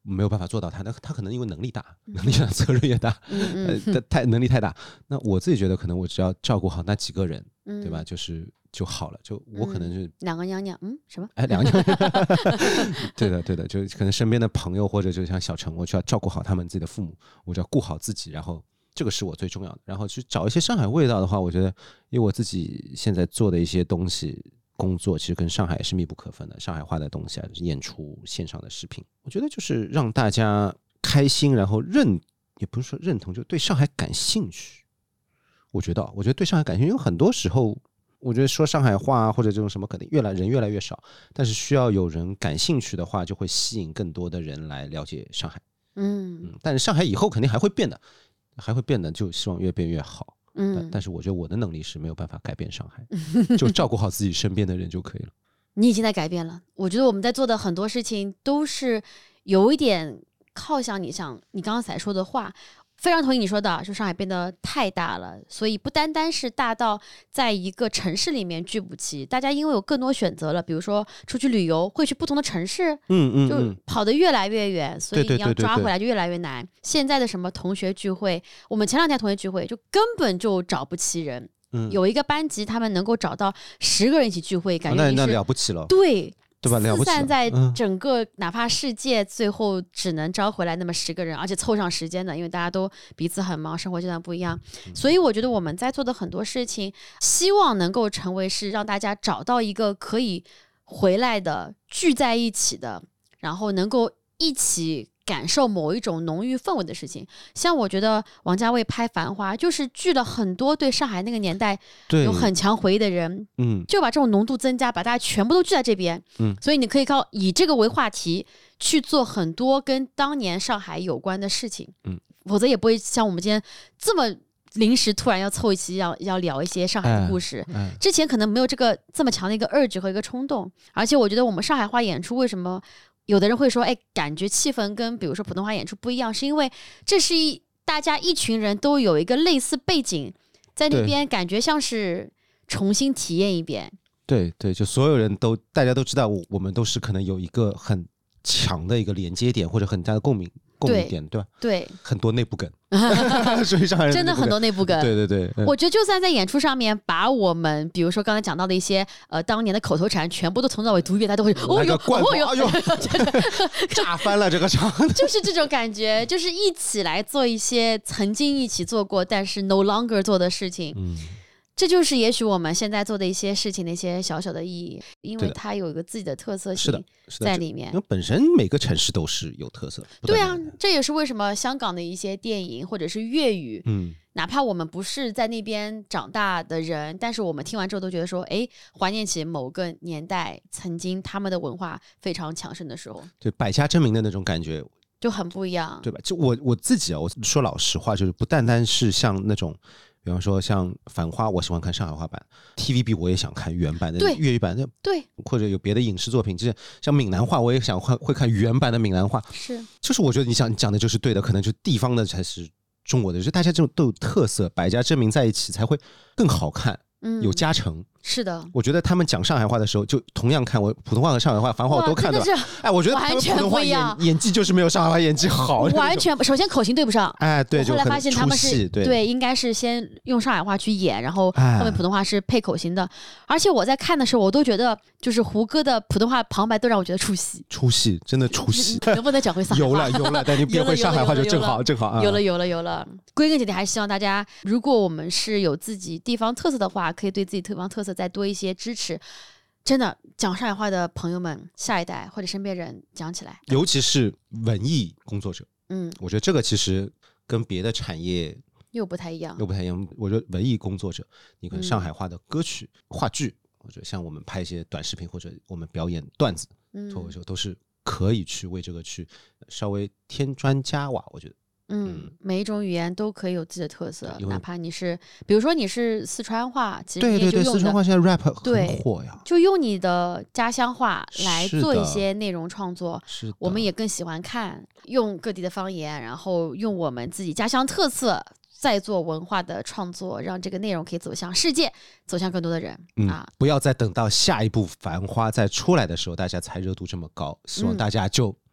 没有办法做到他，那他可能因为能力大，能力大责任也大，能力太大。那我自己觉得，可能我只要照顾好那几个人，对吧？就好了。就我可能是两个娘娘，什么？ 哎，两个娘娘，对的，就可能身边的朋友或者就像小陈，我就要照顾好他们自己的父母，我就要顾好自己，然后这个是我最重要的。然后去找一些上海味道的话，我觉得，因为我自己现在做的一些东西。工作其实跟上海也是密不可分的，上海话的东西啊，演出、线上的视频，我觉得就是让大家开心，然后也不是说认同，就对上海感兴趣。我觉得对上海感兴趣，因为很多时候，我觉得说上海话或者这种什么，肯定人越来越少，但是需要有人感兴趣的话，就会吸引更多的人来了解上海。但是上海以后肯定还会变的，就希望越变越好。但是我觉得我的能力是没有办法改变上海，就照顾好自己身边的人就可以了。 你已经在改变了，我觉得我们在做的很多事情都是有一点靠向你刚刚才说的话。非常同意你说的，就上海变得太大了，所以不单单是大到在一个城市里面聚不齐，大家因为有更多选择了，比如说出去旅游会去不同的城市，就跑得越来越远，所以你要抓回来就越来越难。现在的什么同学聚会，我们前2天同学聚会就根本就找不齐人，有一个班级他们能够找到10个人一起聚会，感觉那了不起了， 对吧？ 四散在整个哪怕世界，最后只能招回来那么10个人，而且凑上时间的，因为大家都彼此很忙，生活阶段不一样。所以我觉得我们在做的很多事情，希望能够成为是让大家找到一个可以回来的、聚在一起的，然后能够一起感受某一种浓郁氛围的事情。像我觉得王家卫拍《繁花》就是聚了很多对上海那个年代有很强回忆的人，就把这种浓度增加，把大家全部都聚在这边，所以你可以以这个为话题去做很多跟当年上海有关的事情，否则也不会像我们今天这么临时突然要凑一期要聊一些上海的故事，之前可能没有这么强的一个urge和一个冲动。而且我觉得我们上海话演出为什么有的人会说，感觉气氛跟比如说普通话演出不一样，是因为这是大家一群人都有一个类似背景在那边，感觉像是重新体验一遍。 对，就所有人大家都知道，我们都是可能有一个很强的一个连接点，或者很大的共鸣点，对吧？ 对， 很多内部梗，所以上海人真的很多内部梗。 对， 我觉得就算在演出上面，把我们比如说刚才讲到的一些当年的口头禅，全部都从头到尾读一遍，大家都会哎呦，炸翻了这个场， 就是这种感觉，就是一起来做一些曾经一起做过但是 no longer 做的事情。这就是也许我们现在做的一些事情的一些小小的意义，因为它有一个自己的特色性在里面。 因为本身每个城市都是有特色。 对啊，这也是为什么香港的一些电影或者是粤语，哪怕我们不是在那边长大的人，但是我们听完之后都觉得说，怀念起某个年代曾经他们的文化非常强盛的时候， 就百家争鸣的那种感觉就很不一样， 对吧？就我自己我说老实话，就是不单单是像那种。比方说像《繁花》，我喜欢看上海话版 ，TVB 我也想看原版的粤语版的， 对， 或者有别的影视作品，就是像闽南话，我也想会看原版的闽南话，就是我觉得你讲的就是对的，可能就地方的才是中国的，就大家这种都有特色，百家争鸣在一起才会更好看，有加成。 是的， 我觉得他们讲上海话的时候，就同样看我普通话和上海话、繁花我都看到了。我觉得他们普通话演技就是没有上海话演技好， 完全首先口型对不上。 对， 后来发现他们是对， 应该是先用上海话去演，然后后面普通话是配口型的。而且我在看的时候，我都觉得就是胡歌的普通话旁白都让我觉得出戏，真的出戏。 能不能讲回上海话？ 有了，但你别会上海话就正好。 有了。归根结底还是希望大家，如果我们是有自己地方特色的话，可以对自己地方特色再多一些支持。真的讲上海话的朋友们，下一代或者身边人讲起来， 尤其是文艺工作者，我觉得这个其实跟别的产业又不太一样。 我觉得文艺工作者，你可能上海话的歌曲、话剧，或者像我们拍一些短视频，或者我们表演段子、脱口秀，都是可以去为这个去稍微添砖加瓦。我觉得。 每一种语言都可以有自己的特色，哪怕你是，比如说你是四川话，其实对，四川话现在 rap 很火呀， 就用你的家乡话来做一些内容创作，我们也更喜欢看，用各地的方言，然后用我们自己家乡特色再做文化的创作，让这个内容可以走向世界，走向更多的人不要再等到下一部《繁花》再出来的时候，大家才热度这么高，希望大家就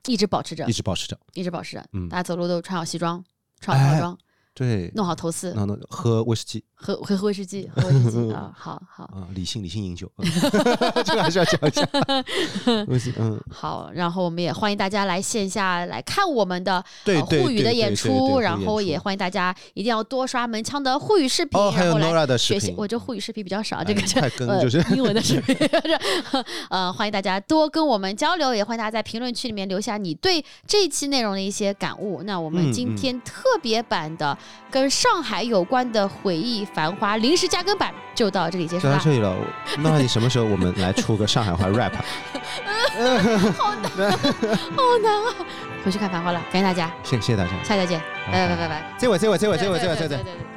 一直保持着， 一直保持着， 大家走路都穿好西装，穿好套装， 对， 弄好头饰， 喝威士忌， 喝威士忌啊，好啊， 理性饮酒，这个还是要讲一下。 好，然后我们也欢迎大家来线下来看我们的沪语的演出，然后也欢迎大家一定要多刷门腔的沪语视频， 还有 Nora 的视频。我这沪语视频比较少，这个就是英文的视频。欢迎大家多跟我们交流，也欢迎大家在评论区里面留下你对这一期内容的一些感悟。那我们今天特别版的跟上海有关的回忆繁华临时加更版就到这里结束了。 就到这里了。那你什么时候我们来出个上海话 rap？ 好难啊！回去看繁花了，感谢大家， 谢谢大家， 下期再见，拜拜。 结尾。